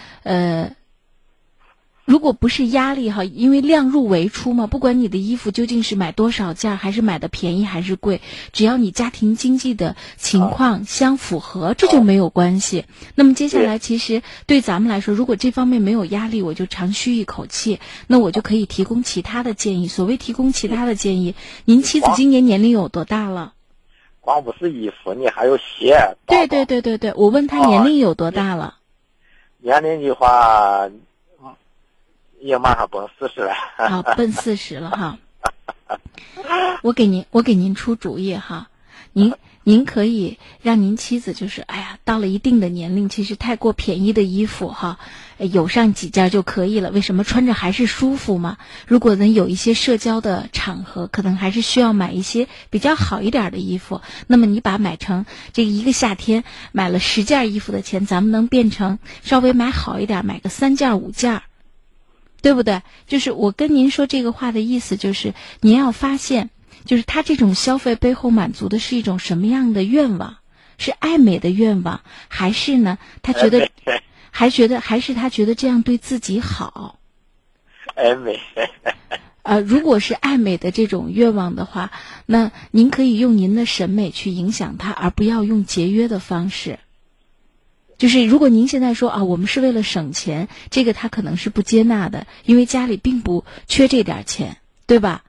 如果不是压力哈，因为量入为出嘛，不管你的衣服究竟是买多少件，还是买的便宜还是贵，只要你家庭经济的情况相符合，这就没有关系。那么接下来其实对咱们来说，如果这方面没有压力，我就长吁一口气，那我就可以提供其他的建议。所谓提供其他的建议，您妻子今年年龄有多大了？ 光不是衣服，你还有鞋。 对，我问他年龄有多大了？ 年龄的话也马上奔40了。 好，奔40了哈。我给您出主意哈，您可以让您妻子就是到了一定的年龄，其实太过便宜的衣服哈，有上几件就可以了。为什么？穿着还是舒服嘛。如果能有一些社交的场合，可能还是需要买一些比较好一点的衣服。那么你把买成这一个夏天买了10件衣服的钱，咱们能变成稍微买好一点，买个3件5件。对不对？就是我跟您说这个话的意思，就是您要发现，就是他这种消费背后满足的是一种什么样的愿望？是爱美的愿望，还是呢？他觉得，还是他觉得这样对自己好？ 爱美。 如果是爱美的这种愿望的话，那您可以用您的审美去影响他，而不要用节约的方式。就是如果您现在说我们是为了省钱，这个他可能是不接纳的，因为家里并不缺这点钱，对吧？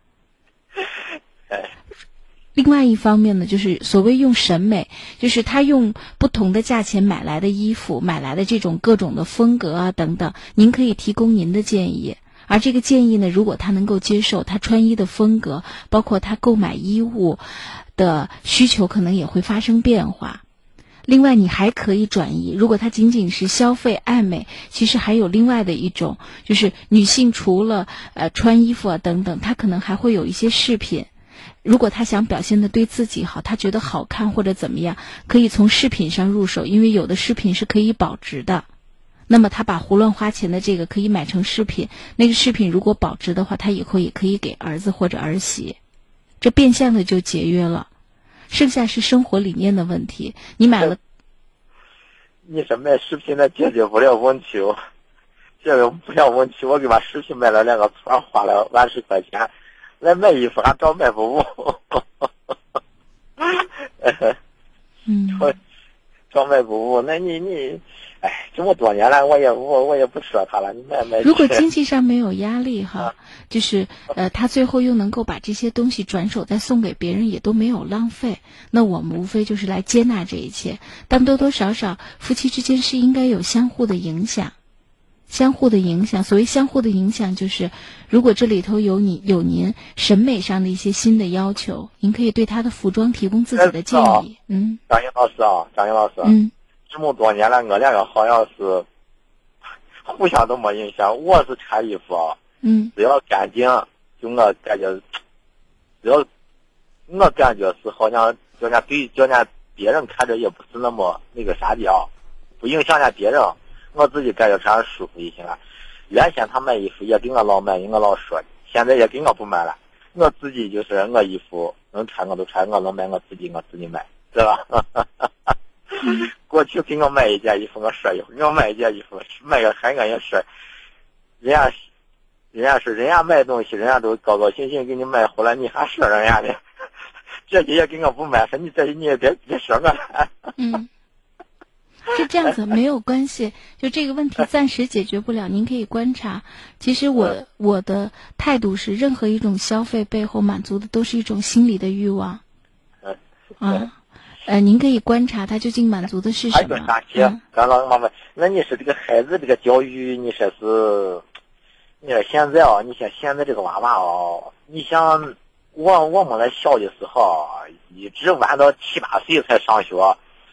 另外一方面呢，就是所谓用审美，就是他用不同的价钱买来的衣服，买来的这种各种的风格啊等等，您可以提供您的建议。而这个建议呢，如果他能够接受，他穿衣的风格，包括他购买衣物的需求，可能也会发生变化。另外你还可以转移，如果它仅仅是消费爱美，其实还有另外的一种，就是女性除了穿衣服啊等等，她可能还会有一些饰品。如果她想表现的对自己好，她觉得好看或者怎么样，可以从饰品上入手，因为有的饰品是可以保值的。那么她把胡乱花钱的这个可以买成饰品，那个饰品如果保值的话，她以后也可以给儿子或者儿媳，这变相的就节约了。剩下是生活理念的问题。你买了， 你说买饰品那解决不了问题，这个不了问题。我给把饰品买了2个串，花了10块钱，来买衣服还照买不误。照买不误。那你这么多年了，我也不说他了。你买。 如果经济上没有压力哈，就是他最后又能够把这些东西转手再送给别人，也都没有浪费。那我们无非就是来接纳这一切，但多多少少夫妻之间是应该有相互的影响。相互的影响，所谓相互的影响，就是如果这里头有您审美上的一些新的要求，您可以对他的服装提供自己的建议。 张英老师，这么多年了，我2个好像是互相都没影响。我是穿衣服只要干净，就我感觉，只要我感觉是好像叫人别人看着也不是那么那个啥的不影响人别人。我自己感觉穿着舒服就行了。原先他买衣服也给我老买，我老说，现在也给我不买了。我自己就是我衣服能穿我都穿，我能买我自己买，知道吧？过去给我买一件衣服，我说一会儿，我买一件衣服，买个还我也说，人家说人家买东西，人家都高高兴兴给你买回来，你还说人家呢？这些也给我不买，说你这你也别说我了。 是这样子，没有关系，就这个问题暂时解决不了，您可以观察。其实我的态度是，任何一种消费背后满足的都是一种心理的欲望。您可以观察他究竟满足的是什么。 刚老妈妈，那你说这个孩子这个教育，你说现在你像现在这个娃娃你像我们来小的时候，一直玩到7、8岁才上学，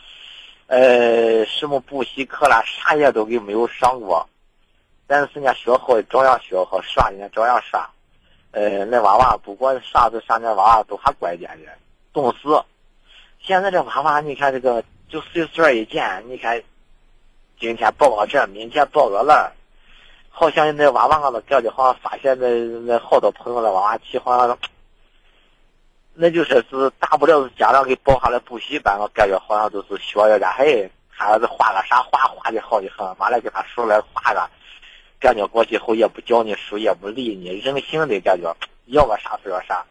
什么补习课啦，啥也都没有上过，但是呢学好照样学好，耍呢照样耍，那娃娃不管啥子啥，那娃娃都还乖点的，懂事。现在这娃娃，你看这个就岁数一见，你看今天报个这，明天报个那，好像那娃娃都感觉好像发现那好多朋友的娃娃气好像，那就说是大不了家长给报下来补习班，我感觉好像都是学一点，嘿，孩子画个啥画的好的很，完了给他手来画个，感觉过去后也不教你书，也不理你，任性的感觉，要个啥说啥。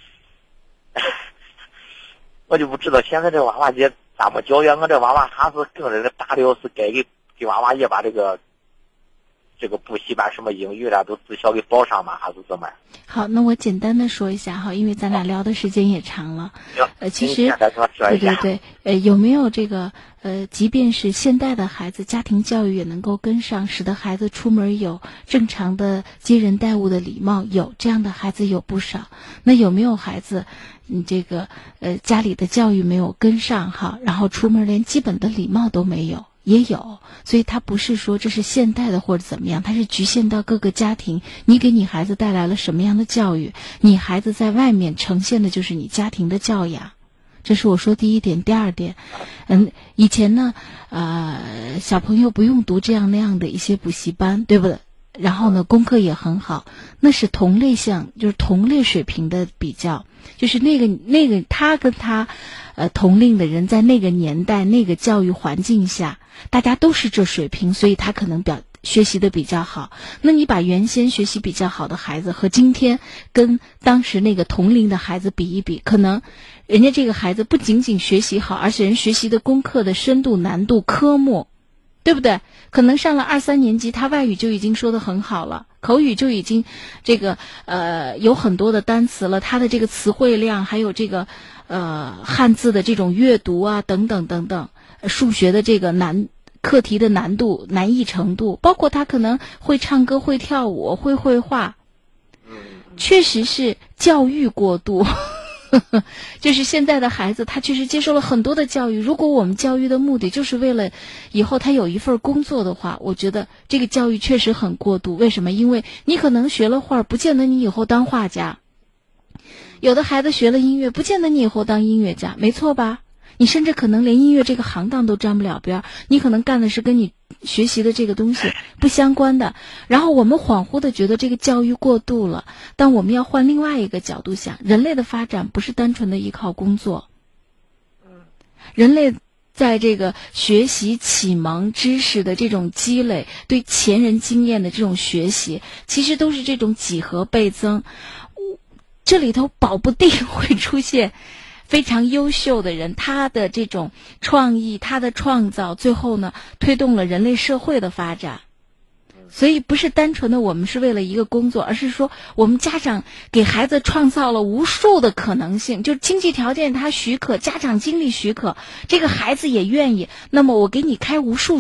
我就不知道现在这娃娃姐咋么教育我这娃娃，还是更这个大了是该给娃娃也把这个补习班什么英语啦都自小给报上吗？还是怎么？ 好，那我简单的说一下哈，因为咱俩聊的时间也长了。其实对，有没有这个即便是现代的孩子，家庭教育也能够跟上，使得孩子出门有正常的接人待物的礼貌，有这样的孩子有不少。那有没有孩子这个家里的教育没有跟上哈，然后出门连基本的礼貌都没有？也有，所以它不是说这是现代的或者怎么样，它是局限到各个家庭，你给你孩子带来了什么样的教育，你孩子在外面呈现的就是你家庭的教养。这是我说第一点。第二点，以前呢小朋友不用读这样那样的一些补习班，对不对？然后呢功课也很好，那是同类项，就是同类水平的比较，就是那个他跟他同龄的人在那个年代那个教育环境下，大家都是这水平，所以他可能学习的比较好。那你把原先学习比较好的孩子和今天跟当时那个同龄的孩子比一比，可能人家这个孩子不仅仅学习好，而且人学习的功课的深度难度科目，对不对？可能上了2、3年级，他外语就已经说得很好了，口语就已经这个有很多的单词了，他的这个词汇量还有这个汉字的这种阅读啊等等等等，数学的这个课题的难易程度，包括他可能会唱歌会跳舞会绘画，确实是教育过度。就是现在的孩子他确实接受了很多的教育，如果我们教育的目的就是为了以后他有一份工作的话，我觉得这个教育确实很过度。为什么？因为你可能学了画，不见得你以后当画家，有的孩子学了音乐，不见得你以后当音乐家，没错吧？你甚至可能连音乐这个行当都沾不了边，你可能干的是跟你学习的这个东西不相关的。然后我们恍惚的觉得这个教育过度了，但我们要换另外一个角度想，人类的发展不是单纯的依靠工作，人类在这个学习启蒙知识的这种积累，对前人经验的这种学习，其实都是这种几何倍增，这里头保不定会出现非常优秀的人，他的这种创意，他的创造，最后呢推动了人类社会的发展。所以不是单纯的我们是为了一个工作，而是说我们家长给孩子创造了无数的可能性，就经济条件他许可，家长精力许可，这个孩子也愿意，那么我给你开无数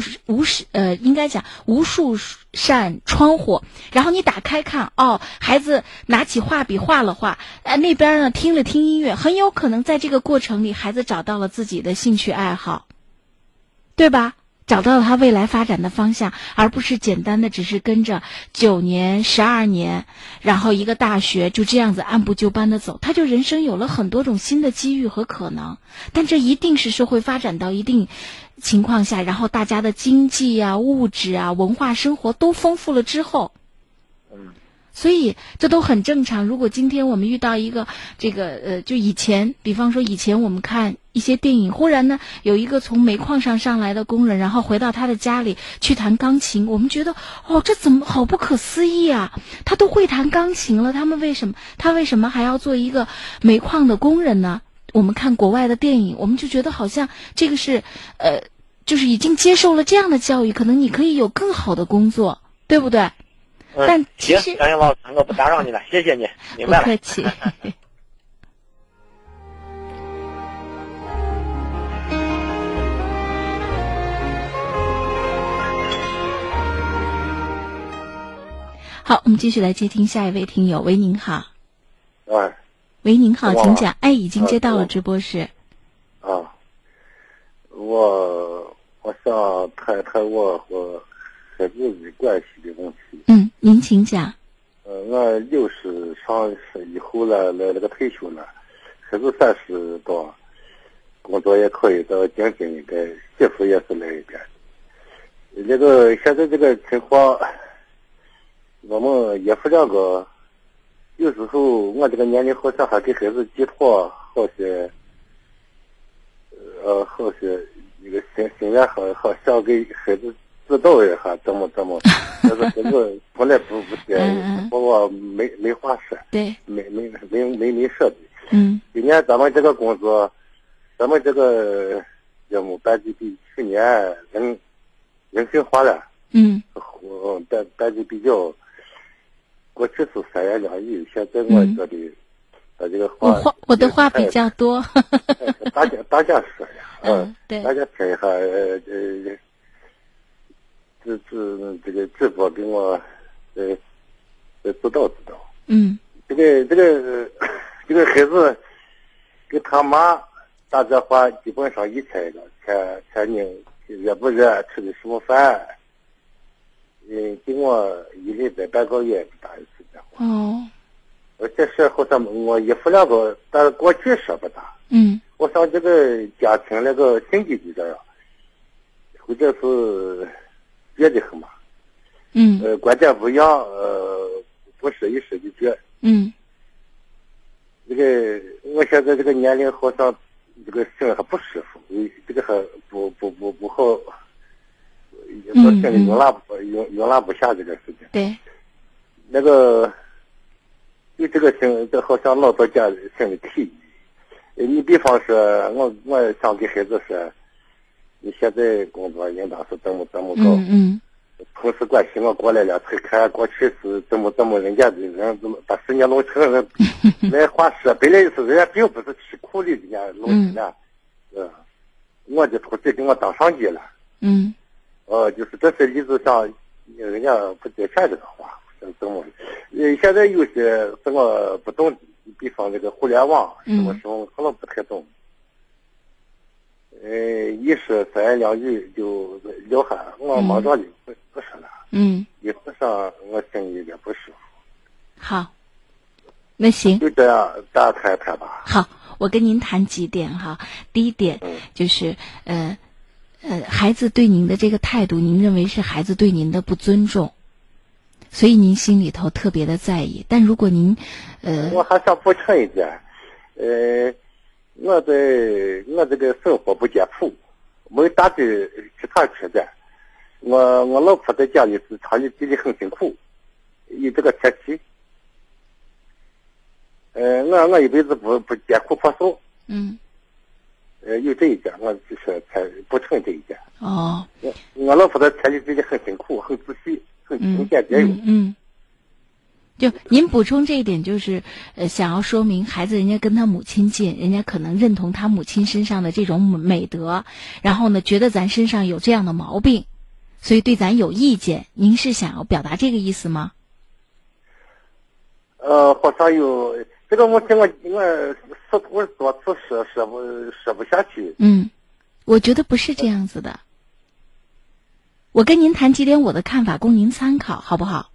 扇窗户，然后你打开看，孩子拿起画笔画了画，那边呢听了听音乐，很有可能在这个过程里孩子找到了自己的兴趣爱好，对吧？找到了他未来发展的方向，而不是简单的只是跟着9年、12年，然后一个大学就这样子按部就班的走，他就人生有了很多种新的机遇和可能。但这一定是社会发展到一定情况下，然后大家的经济啊、物质啊、文化生活都丰富了之后，所以这都很正常。如果今天我们遇到一个这个就以前，比方说以前我们看一些电影，忽然呢有一个从煤矿上来的工人，然后回到他的家里去弹钢琴，我们觉得这怎么好不可思议啊，他都会弹钢琴了，他为什么还要做一个煤矿的工人呢？我们看国外的电影，我们就觉得好像这个是就是已经接受了这样的教育，可能你可以有更好的工作，对不对？但其实行，老师，我不打扰你了，谢谢你，明白了。 不客气。好，我们继续来接听下一位听友。喂，您好。喂，您好，请讲。哎，已经接到了直播室。 我想谈谈我和孩子的关系的问题。 您请讲。 我60上以后了，来了个退休了，孩子30多，工作也可以，到经济应该，媳妇也是来一边。这个现在这个情况，我们爷夫两个，有时候我这个年龄好像还给孩子寄托好些，好些一个心愿好想给孩子指导一下怎么，但是孩子从来不接，我没话说， 对， 没说的。今年咱们这个工作，咱们这个项目班级比去年人性化了，班级比较。过去是3言2语，现在我觉得把这个话， 我的话比较多。 大家说呀， 对， 大家听一下，这个直播给我指导。这个孩子跟他妈打这话基本上一天一个，天热不热，吃的什么饭。给我1礼拜半个月打一次电话。这事好像我姨夫两个，但是过去说不打。我想这个家庭那个经济比较或者是觉得很嘛。观点不一样，不是一时的觉。这个我现在这个年龄好像这个心还不舒服，这个还不好。我心里容纳不下这个事情。 对， 那个对这个这好像老多家心里提议。你比方说，我想给孩子说，你现在工作应当是怎么高。同事关系我过来了，才看过去是怎么人家的人怎么把10年弄成人。那话说本来是人家并不是吃苦的，人家弄成了。我的同事给我当上级了。就是这是例子上，人家不接劝这个话，怎么？现在有些什么不懂，比方这个互联网什么可能不太懂。一时3言2语就聊下，我忙着的不说了。一说上我心里有点不舒服。 好，那行， 就这样，大家谈吧。 好，我跟您谈几点哈。第一点就是孩子对您的这个态度，您认为是孩子对您的不尊重，所以您心里头特别的在意。但如果您我还想补充一点，我这个生活不简朴，没有大的其他缺点。我老婆在家里是长期自己很辛苦，有这个铁器。我一辈子不艰苦朴素。有这一点，我就是才不承这一点。我老婆的前妻自己很辛苦，很仔细，很勤俭节约。 就您补充这一点，就是想要说明孩子人家跟他母亲近，人家可能认同他母亲身上的这种美德，然后呢觉得咱身上有这样的毛病，所以对咱有意见。您是想要表达这个意思吗？ 好像有这个问题，我试图多次说不下去。 我觉得不是这样子的。我跟您谈几点我的看法，供您参考，好不好？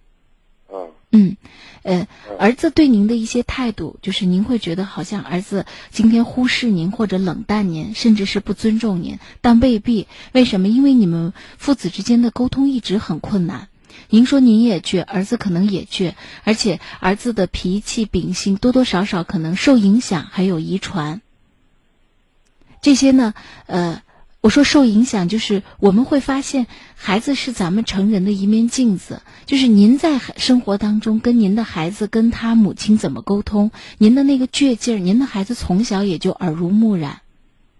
儿子对您的一些态度，就是您会觉得好像儿子今天忽视您或者冷淡您，甚至是不尊重您，但未必。为什么？因为你们父子之间的沟通一直很困难。您说您也倔，儿子可能也倔，而且儿子的脾气秉性多多少少可能受影响，还有遗传。这些呢，我说受影响，就是我们会发现孩子是咱们成人的一面镜子，就是您在生活当中跟您的孩子跟他母亲怎么沟通，您的那个倔劲儿，您的孩子从小也就耳濡目染。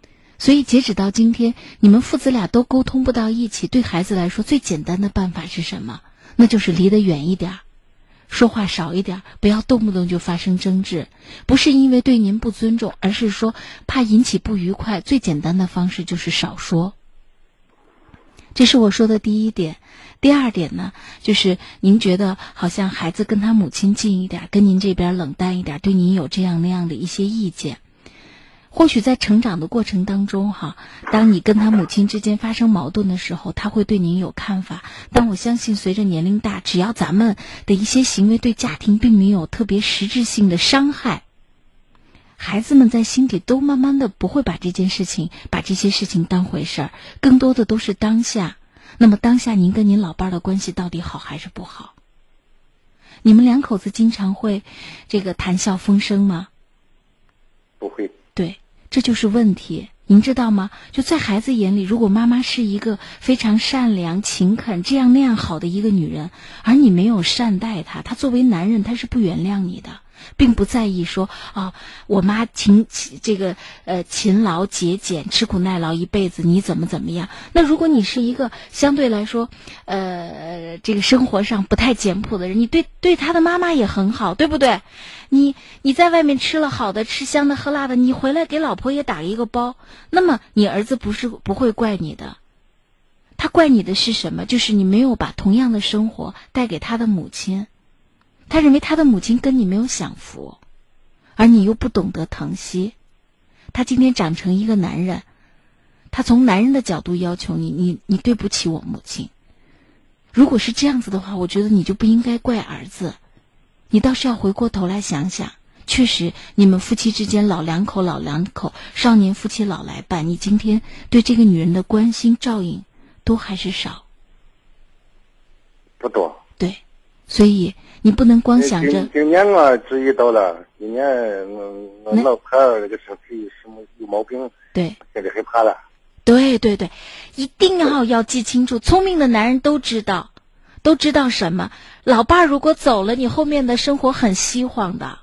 所以截止到今天，你们父子俩都沟通不到一起，对孩子来说最简单的办法是什么？那就是离得远一点，说话少一点，不要动不动就发生争执。不是因为对您不尊重，而是说怕引起不愉快，最简单的方式就是少说。这是我说的第一点。第二点呢，就是您觉得好像孩子跟他母亲近一点，跟您这边冷淡一点，对您有这样那样的一些意见。或许在成长的过程当中当你跟他母亲之间发生矛盾的时候，他会对您有看法，但我相信随着年龄大，只要咱们的一些行为对家庭并没有特别实质性的伤害，孩子们在心底都慢慢的不会把这些事情当回事儿，更多的都是当下。那么当下您跟您老伴儿的关系到底好还是不好？你们两口子经常会谈笑风生吗？ 不会。 对，这就是问题。您知道吗？就在孩子眼里，如果妈妈是一个非常善良、勤恳这样那样好的一个女人，而你没有善待她，她作为男人她是不原谅你的，并不在意说我妈勤劳节俭、吃苦耐劳一辈子，你怎么样？那如果你是一个相对来说生活上不太简朴的人，你对他的妈妈也很好，对不对？你在外面吃了好的，吃香的喝辣的，你回来给老婆也打一个包，那么你儿子不会怪你的。他怪你的是什么？就是你没有把同样的生活带给他的母亲。他认为他的母亲跟你没有享福，而你又不懂得疼惜。他今天长成一个男人，他从男人的角度要求你对不起我母亲。如果是这样子的话，我觉得你就不应该怪儿子，你倒是要回过头来想想，确实你们夫妻之间老两口，少年夫妻老来伴，你今天对这个女人的关心照应多还是少？ 不多。 对，所以你不能光想着。 今年我注意到了，今年我老婆那个身体什么有毛病， 对， 现在害怕了。 对，一定要记清楚，聪明的男人都知道什么。老爸如果走了，你后面的生活很稀荒的。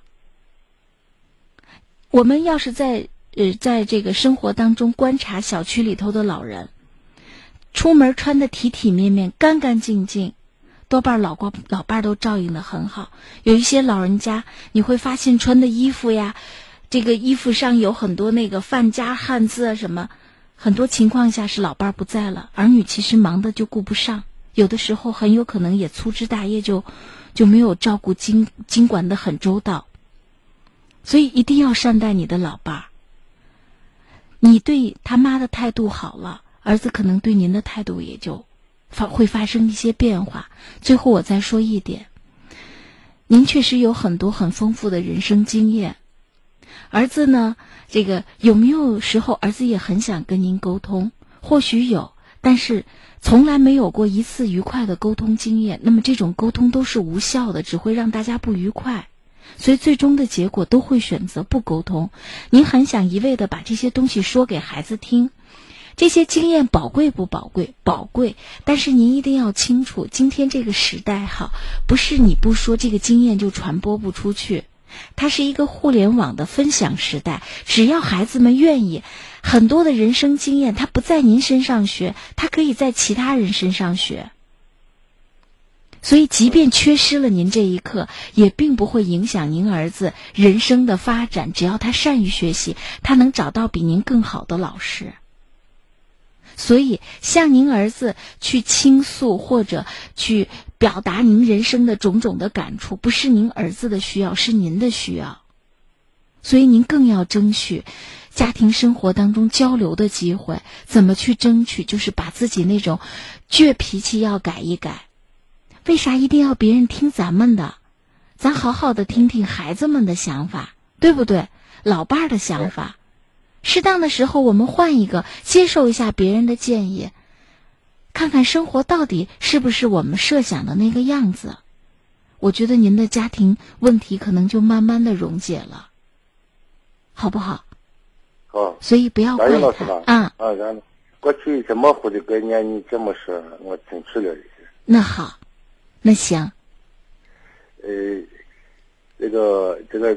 我们要是在这个生活当中观察小区里头的老人，出门穿得体体面面、干干净净，多半老伴都照应得很好。有一些老人家，你会发现穿的衣服呀，这个衣服上有很多那个范家汉字啊什么，很多情况下是老伴不在了，儿女其实忙得就顾不上，有的时候很有可能也粗枝大叶，就没有照顾经管得很周到。所以一定要善待你的老伴儿。你对他妈的态度好了，儿子可能对您的态度也就会发生一些变化。最后我再说一点，您确实有很多很丰富的人生经验，儿子呢，有没有时候儿子也很想跟您沟通？或许有，但是从来没有过一次愉快的沟通经验，那么这种沟通都是无效的，只会让大家不愉快，所以最终的结果都会选择不沟通。您很想一味的把这些东西说给孩子听，这些经验宝贵不宝贵？宝贵，但是您一定要清楚，今天这个时代不是你不说这个经验就传播不出去，它是一个互联网的分享时代，只要孩子们愿意，很多的人生经验他不在您身上学，他可以在其他人身上学。所以即便缺失了您这一课，也并不会影响您儿子人生的发展，只要他善于学习，他能找到比您更好的老师。所以向您儿子去倾诉或者去表达您人生的种种的感触，不是您儿子的需要，是您的需要。所以您更要争取家庭生活当中交流的机会。怎么去争取？就是把自己那种倔脾气要改一改。为啥一定要别人听咱们的？咱好好的听听孩子们的想法，对不对？老伴儿的想法，适当的时候我们换一个，接受一下别人的建议，看看生活到底是不是我们设想的那个样子。我觉得您的家庭问题可能就慢慢的溶解了，好不好？ 好。 所以不要怪他过去一些模糊的概念，你这么说，我听出了一些。 那好，那行。 这个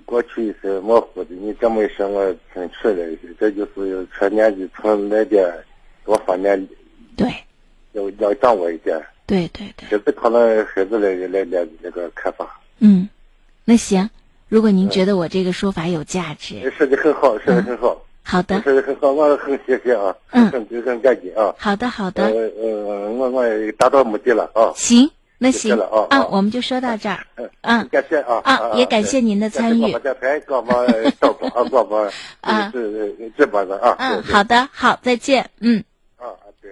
过去是模糊的，你这么一说，我听出来了，这就是车年纪从那边多方面对要掌握一点。 对对对， 是不讨论孩子来那个看法。 那行，如果您觉得我这个说法有价值， 说的很好，说的很好。 好的， 说的很好，我很谢谢啊，很感激啊。 好的好的， 我达到目的了啊。 行，那行我们就说到这儿。 感谢啊也感谢您的参与。 广播电台给我们照顾广播直播的啊。 好的，好，再见。 对。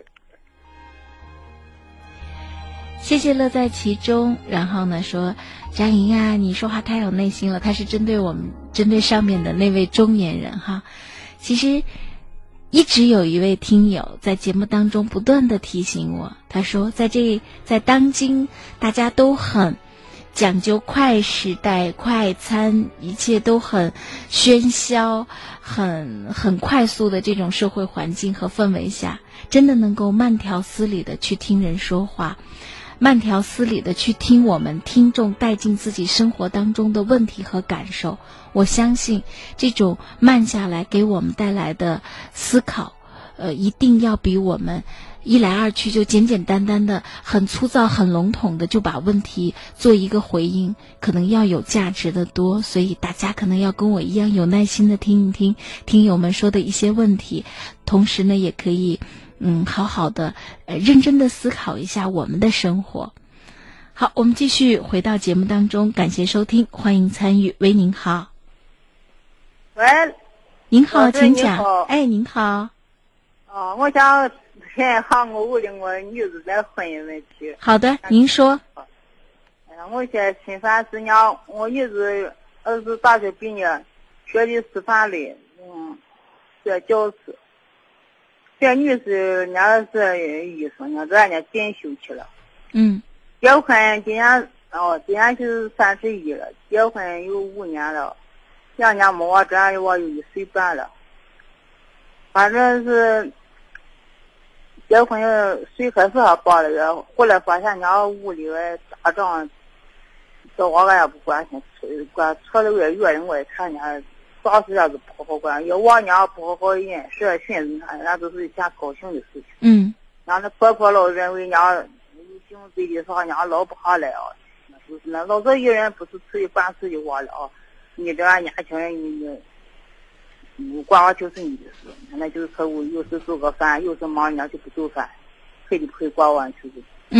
谢谢乐在其中。然后呢说，张莹啊，你说话太有耐心了。他是针对上面的那位中年人哈。其实一直有一位听友在节目当中不断的提醒我，他说在当今大家都很讲究快时代、快餐，一切都很喧嚣、很快速的这种社会环境和氛围下，真的能够慢条斯理的去听人说话，慢条斯理的去听我们听众带进自己生活当中的问题和感受。我相信这种慢下来给我们带来的思考，一定要比我们一来二去就简简单单的很粗糙很笼统的就把问题做一个回应，可能要有价值的多。所以大家可能要跟我一样有耐心的听一听听友们说的一些问题，同时呢也可以好好的认真的思考一下我们的生活。好，我们继续回到节目当中，感谢收听，欢迎参与。喂，您好。 喂， 您好，请讲。 哎， 您好。 我想先喊我屋里我女子的婚姻问题。 好的，您说。 我现在新法师娘，我女子儿子大学毕业，学的师范类，学教师。这女士人家是医生，人家进修去了。结婚今年就是31了，结婚有5年了，2年没我这样我有1岁半了。反正是结婚水开始还报了个，后来发现人家屋里的大丈这我也不关心，管扯得越远人我也看人家啥事也是不好管，要往娘不好好人是寻思人家都是一件高兴的事情。然后那婆婆老认为娘经济的啥娘捞不下来啊，那老这一人不是自己管自己活了啊，你这样年轻人你管我就是你的事，那就是说我有时做个饭，有时忙人就不做饭，配的不配管我就是。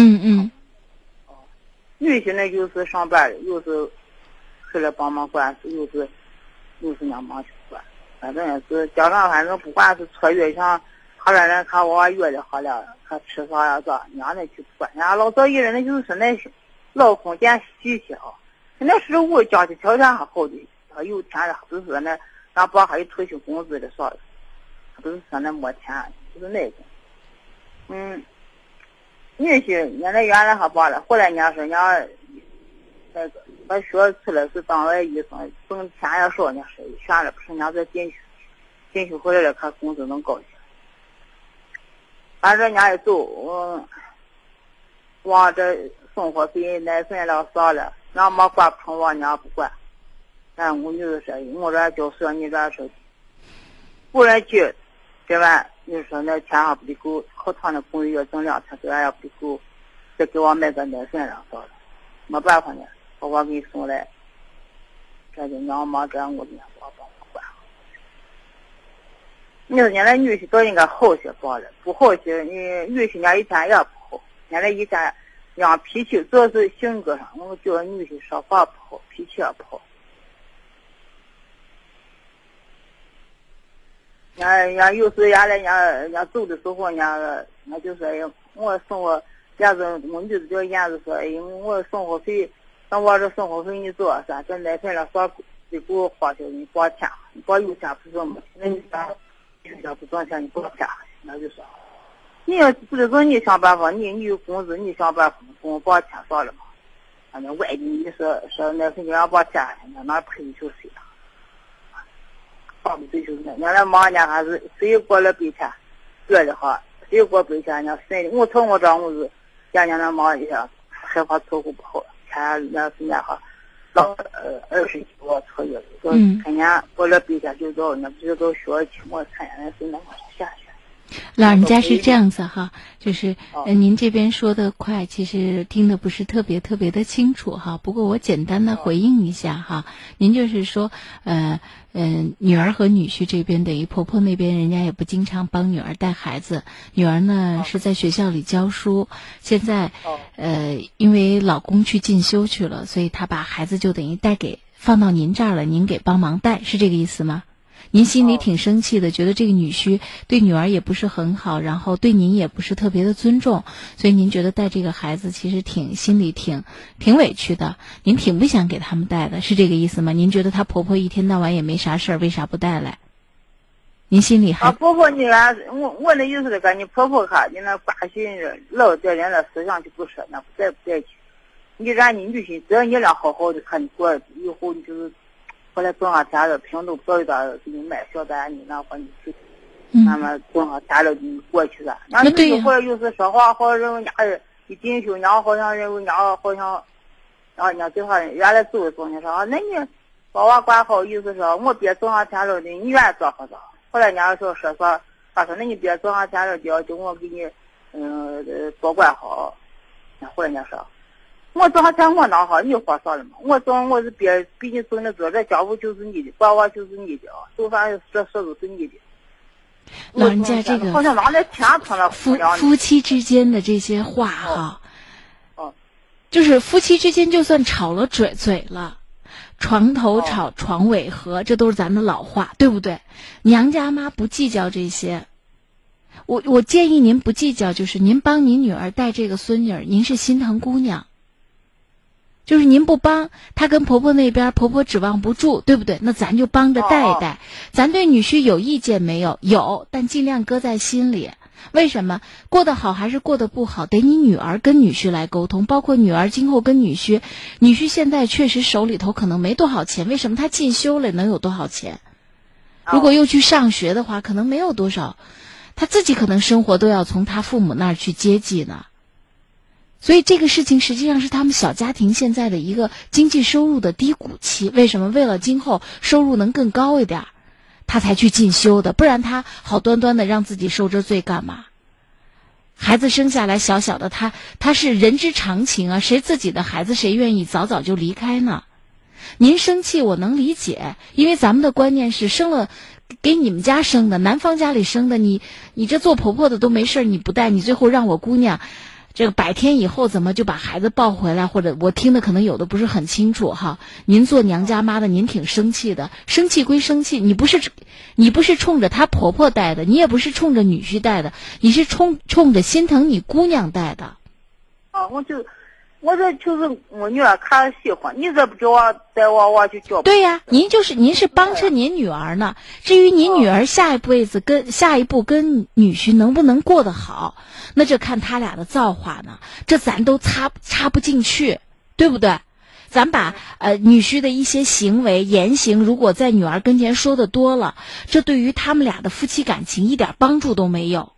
女性呢就是上班的，有时回来帮忙管事，有时娘忙去管，反正也是家长反正不管是坐月像好了人看我月的好了，看吃啥呀咋，娘的去管，人家老早一人呢就是那老空间细些啊，那时候我家庭条件还好的，他有钱的，不是说那俺爸还有退休工资的啥的，不是说那没钱，就是那个。女婿人家原来还罢了，后来人家说人家那个把学出来是当了医生，挣钱也少，人家说选了不是人家在进修回来了，看工资能高些。反正人家一走，往这生活费奶粉了啥了，俺妈管不成，往娘不管。我女儿说，我这教书，你这说，不然去，这玩你说那钱还不得够，考堂的工月挣2千多也不得够，再给我买个奶粉了啥了，没办法呢，我给你送来，这就娘妈这样我给我帮我管。你说人家女婿倒应该好些罢了，不好些，你女婿人家以前也不好，人家以前养脾气，主要是性格上，我觉得女婿说话不好，脾气也不好。人家有时人家走的时候，人家就说，我生活，我女子叫燕子说，我生活费，那我这生活费你多少？这奶粉了啥得给我花钱，你花钱，你光有钱不说嘛，那你家不赚钱，你花钱，那就说，你要不是说你想办法，你有工资，你想办法给我把钱啥了嘛？反正外地你说奶粉你要把钱，哪赔就谁了。人家忙呢还是谁过来背钱，这的话谁过背钱呢？谁我从我这我是家那忙一下，害怕错误不好，钱那是那哈， 到20几多左右，看见过了比下就到那不是都学期末参加的是那么下去。 老人家是这样子哈，就是您这边说的快，其实听的不是特别的清楚哈。不过我简单的回应一下哈，您就是说女儿和女婿这边等于婆婆那边人家也不经常帮女儿带孩子，女儿呢是在学校里教书，现在因为老公去进修去了，所以她把孩子就等于放到您这儿了，您给帮忙带，是这个意思吗？您心里挺生气的，觉得这个女婿对女儿也不是很好，然后对您也不是特别的尊重，所以您觉得带这个孩子其实心里挺委屈的，您挺不想给他们带的，是这个意思吗？您觉得她婆婆一天到晚也没啥事儿，为啥不带来？您心里还婆婆你我那意思是你婆婆看你那关心老这人的思想就不是那不带去，你让你女婿只要你俩好好的看你过以后你就是后来挣上钱了，平都找一点给你买小单，你那会你去，慢慢挣上钱了你过去了。那你或者有时说话好认为人家一进修，人家好像认为人家好像，然后人家对话原来走的时候你说那你把我管好，意思说我别挣上钱了的，你愿意做好做。后来人家说他说那你别挣上钱了的，就我给你多管好。后来人家说。我挣上钱我哪好，你活少了嘛？我是比你挣的多，这家务就是你的，管我就是你的，做饭这事都是你的。 老人家这个好像拿那钱成了夫妻之间的这些话哈，就是夫妻之间就算吵了嘴了，床头吵床尾和，这都是咱们的老话，对不对？娘家妈不计较这些。我建议您不计较，就是您帮您女儿带这个孙女儿，您是心疼姑娘。就是您不帮她跟婆婆那边，婆婆指望不住，对不对？那咱就帮着带一带。咱对女婿有意见没有？有，但尽量搁在心里。为什么？过得好还是过得不好，得你女儿跟女婿来沟通，包括女儿今后跟女婿现在确实手里头可能没多少钱，为什么他进修了能有多少钱？如果又去上学的话，可能没有多少，他自己可能生活都要从他父母那儿去接济呢。所以这个事情实际上是他们小家庭现在的一个经济收入的低谷期。为什么？为了今后收入能更高一点，他才去进修的，不然他好端端的让自己受这罪干嘛？孩子生下来小小的，他是人之常情啊，谁自己的孩子谁愿意早早就离开呢？您生气我能理解，因为咱们的观念是生了给你们家生的，男方家里生的，你这做婆婆的都没事，你不带，你最后让我姑娘这个百天以后怎么就把孩子抱回来？或者我听的可能有的不是很清楚哈。您做娘家妈的，您挺生气的，生气归生气，你不是冲着她婆婆带的，你也不是冲着女婿带的，你是冲着心疼你姑娘带的。 我这就是我女儿看喜欢，你这不叫我带我去教？ 对呀，您是帮着您女儿呢。至于您女儿下一步跟女婿能不能过得好，那这看他俩的造化呢。这咱都插不进去，对不对？咱把女婿的一些行为言行，如果在女儿跟前说的多了，这对于他们俩的夫妻感情一点帮助都没有。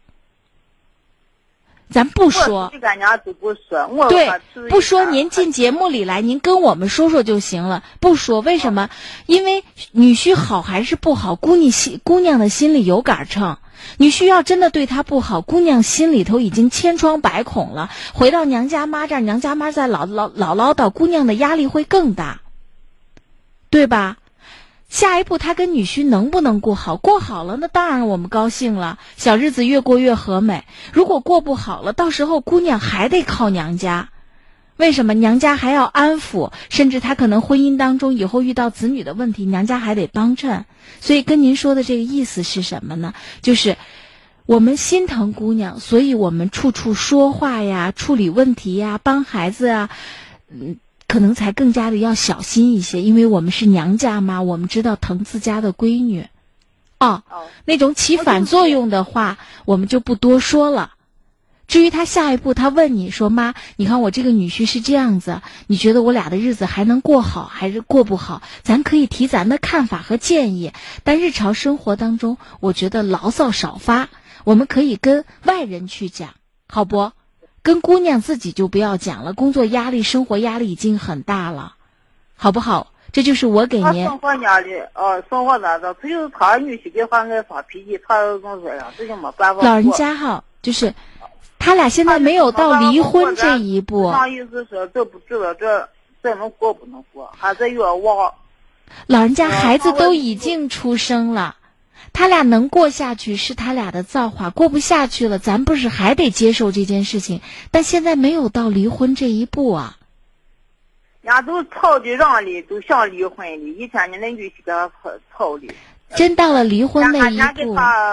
咱不说，对，不说，您进节目里来，您跟我们说说就行了。不说，为什么？因为女婿好还是不好，姑娘的心里有杆秤。女婿要真的对她不好，姑娘心里头已经千疮百孔了。回到娘家妈这儿，娘家妈再老唠叨，姑娘的压力会更大，对吧？下一步他跟女婿能不能过好？过好了，那当然我们高兴了，小日子越过越和美。如果过不好了，到时候姑娘还得靠娘家。为什么？娘家还要安抚，甚至她可能婚姻当中以后遇到子女的问题，娘家还得帮衬。所以跟您说的这个意思是什么呢？就是我们心疼姑娘，所以我们处处说话呀，处理问题呀，帮孩子啊，可能才更加的要小心一些，因为我们是娘家妈，我们知道疼自家的闺女。那种起反作用的话，我们就不多说了。至于他下一步，他问你说：“妈，你看我这个女婿是这样子，你觉得我俩的日子还能过好，还是过不好？咱可以提咱的看法和建议，但日常生活当中，我觉得牢骚少发，我们可以跟外人去讲，好不？跟姑娘自己就不要讲了，工作压力、生活压力已经很大了。 好不好？这就是我给您。 生活压力，生活咋的？这就是他女婿给他爱发脾气，他总这样，这就没办法。 老人家哈，就是他俩现在没有到离婚这一步。 那意思是这不知道这能过不能过，还在越往。 老人家孩子都已经出生了，他俩能过下去是他俩的造化，过不下去了，咱不是还得接受这件事情？但现在没有到离婚这一步啊。 伢都吵的让离，都想离婚的。以前你那女婿给他吵的， 真到了离婚那一步，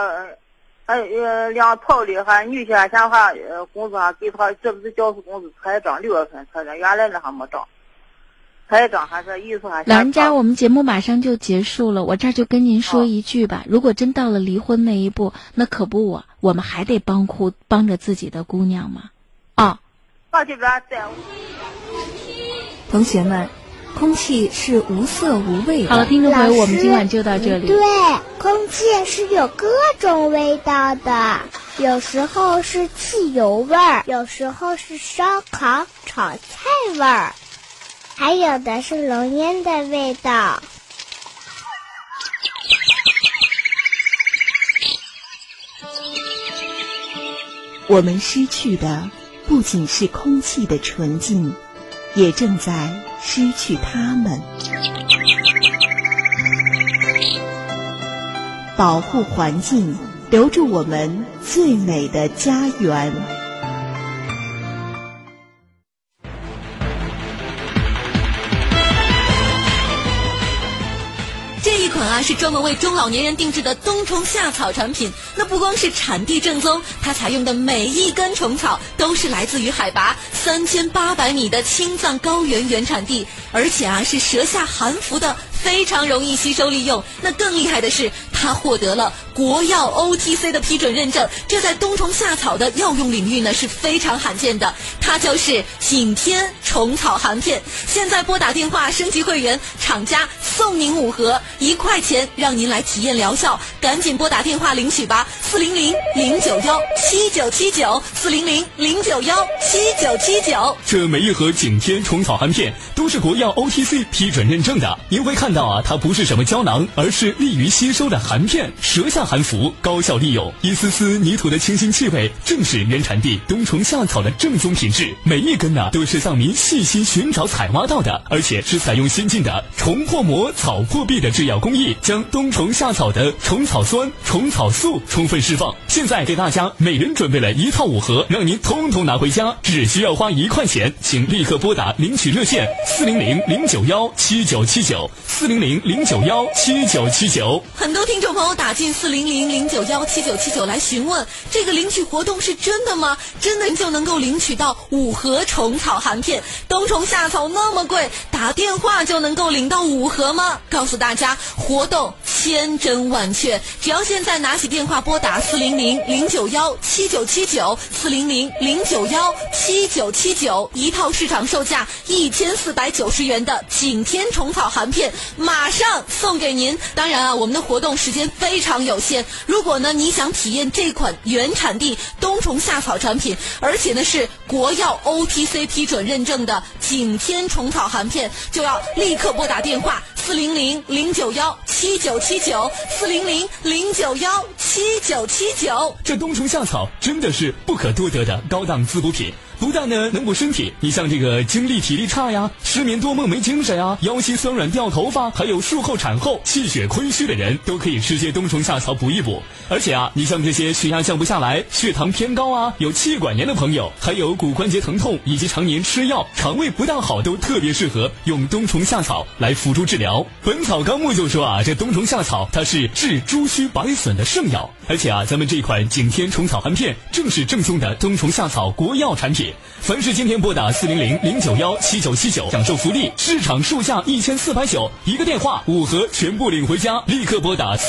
俩吵的，还女婿还想还工资还给他，这不是教师工资才涨6月份才涨，原来那还没涨，才涨还是意思还。 老人家，我们节目马上就结束了，我这儿就跟您说一句吧，如果真到了离婚那一步，那可不我们还得帮着自己的姑娘嘛， 那就在同学们，空气是无色无味的。 好了，听众朋友，我们今晚就到这里。 对，空气是有各种味道的，有时候是汽油味儿，有时候是烧烤、炒菜味儿，还有的是浓烟的味道。 我们失去的不仅是空气的纯净，也正在失去它们。保护环境，留住我们最美的家园。 这一款是专门为中老年人定制的冬虫夏草产品。那不光是产地正宗，它采用的每一根虫草都是来自于海拔3800米的青藏高原原产地，而且是舌下含服的，非常容易吸收利用。那更厉害的是，它获得了国药 OTC 的批准认证，这在冬虫夏草的药用领域呢是非常罕见的。它就是景天虫草含片。现在拨打电话升级会员，厂家送您5盒，1块钱让您来体验疗效，赶紧拨打电话领取吧，400-091-7979，400-091-7979。 这每一盒景天虫草含片都是国药 OTC 批准认证的。您会看到它不是什么胶囊，而是利于吸收的含片，舌下含服，高效利用，一丝丝泥土的清新气味，正是原产地冬虫夏草的正宗品质。每一根都是藏民细心寻找采挖到的，而且是采用先进的虫破膜、草破壁的制药工艺，将冬虫夏草的虫草酸、虫草素充分释放。现在给大家每人准备了1套5盒，让您通通拿回家，只需要花1块钱。请立刻拨打领取热线400-091-7979，400-091-7979。 很多听众朋友打进400-091-7979来询问，这个领取活动是真的吗？真的就能够领取到5盒虫草含片？冬虫夏草那么贵，打电话就能够领到5盒吗？告诉大家，活动千真万确，只要现在拿起电话拨打400-091-7979，400-091-7979，一套市场售价1490元的景天虫草含片马上送给您。当然我们的活动时间非常有限，如果你想体验这款原产地冬虫夏草产品，而且是国药 OTC 批准认证的景天虫草含片，就要立刻拨打电话400-091-7979，400-091-7979。 这冬虫夏草真的是不可多得的高档滋补品，不但能补身体，你像这个精力体力差呀、失眠多梦没精神呀、腰膝酸软掉头发，还有术后产后气血亏虚的人，都可以吃些冬虫夏草补一补。而且你像这些血压降不下来、血糖偏高啊、有气管炎的朋友，还有骨关节疼痛以及常年吃药、肠胃不大好，都特别适合用冬虫夏草来辅助治疗。本草纲目就说这冬虫夏草它是治猪虚白损的圣药，而且咱们这款景天虫草含片正是正宗的冬虫夏草国药产品。凡是今天拨打400-091-7979，享受福利，市场售价1490，一个电话5盒全部领回家。立刻拨打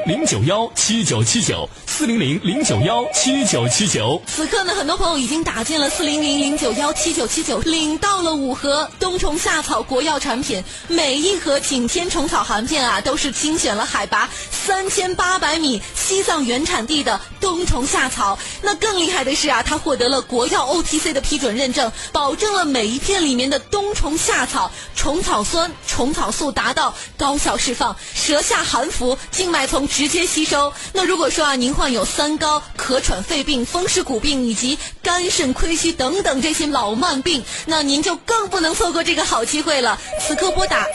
400-091-7979，400-091-7979。 此刻很多朋友已经打进了400-091-7979，领到了5盒冬虫夏草国药产品，每一盒景天虫草含片都是精选了海拔3800米西藏原产地的冬虫夏草。那更厉害的是它获得了国药 OTC OTC 的批准认证，保证了每一片里面的冬虫夏草、虫草酸、虫草素达到高效释放，舌下含服，静脉丛直接吸收。那如果说您患有三高、咳喘肺病、风湿骨病以及肝肾亏虚等等这些老慢病，那您就更不能错过这个好机会了。此刻拨打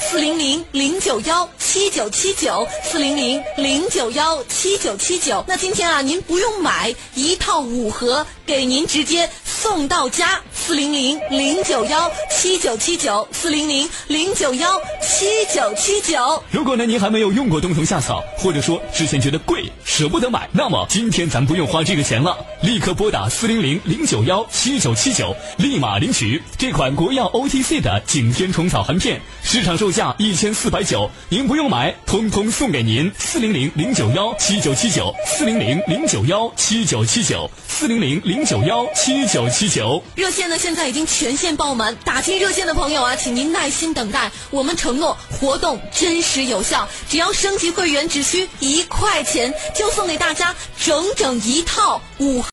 400-091-7979，400-091-7979。那今天您不用买一套5盒，给您直接送到家。400-091-7979，400-091-7979。 如果您还没有用过冬虫夏草，或者说之前觉得贵舍不得买，那么今天咱不用花这个钱了，立刻拨打400-091-7979，立马领取这款国药 OTC 的景天虫草含片，市场售价1490，您不用买，通通送给您。400-091-7979，400-091-7979，400-091-7979。 热线呢现在已经全线爆满，打进热线的朋友请您耐心等待，我们承诺活动真实有效，只要升级会员只需1块钱，就送给大家整整一套5盒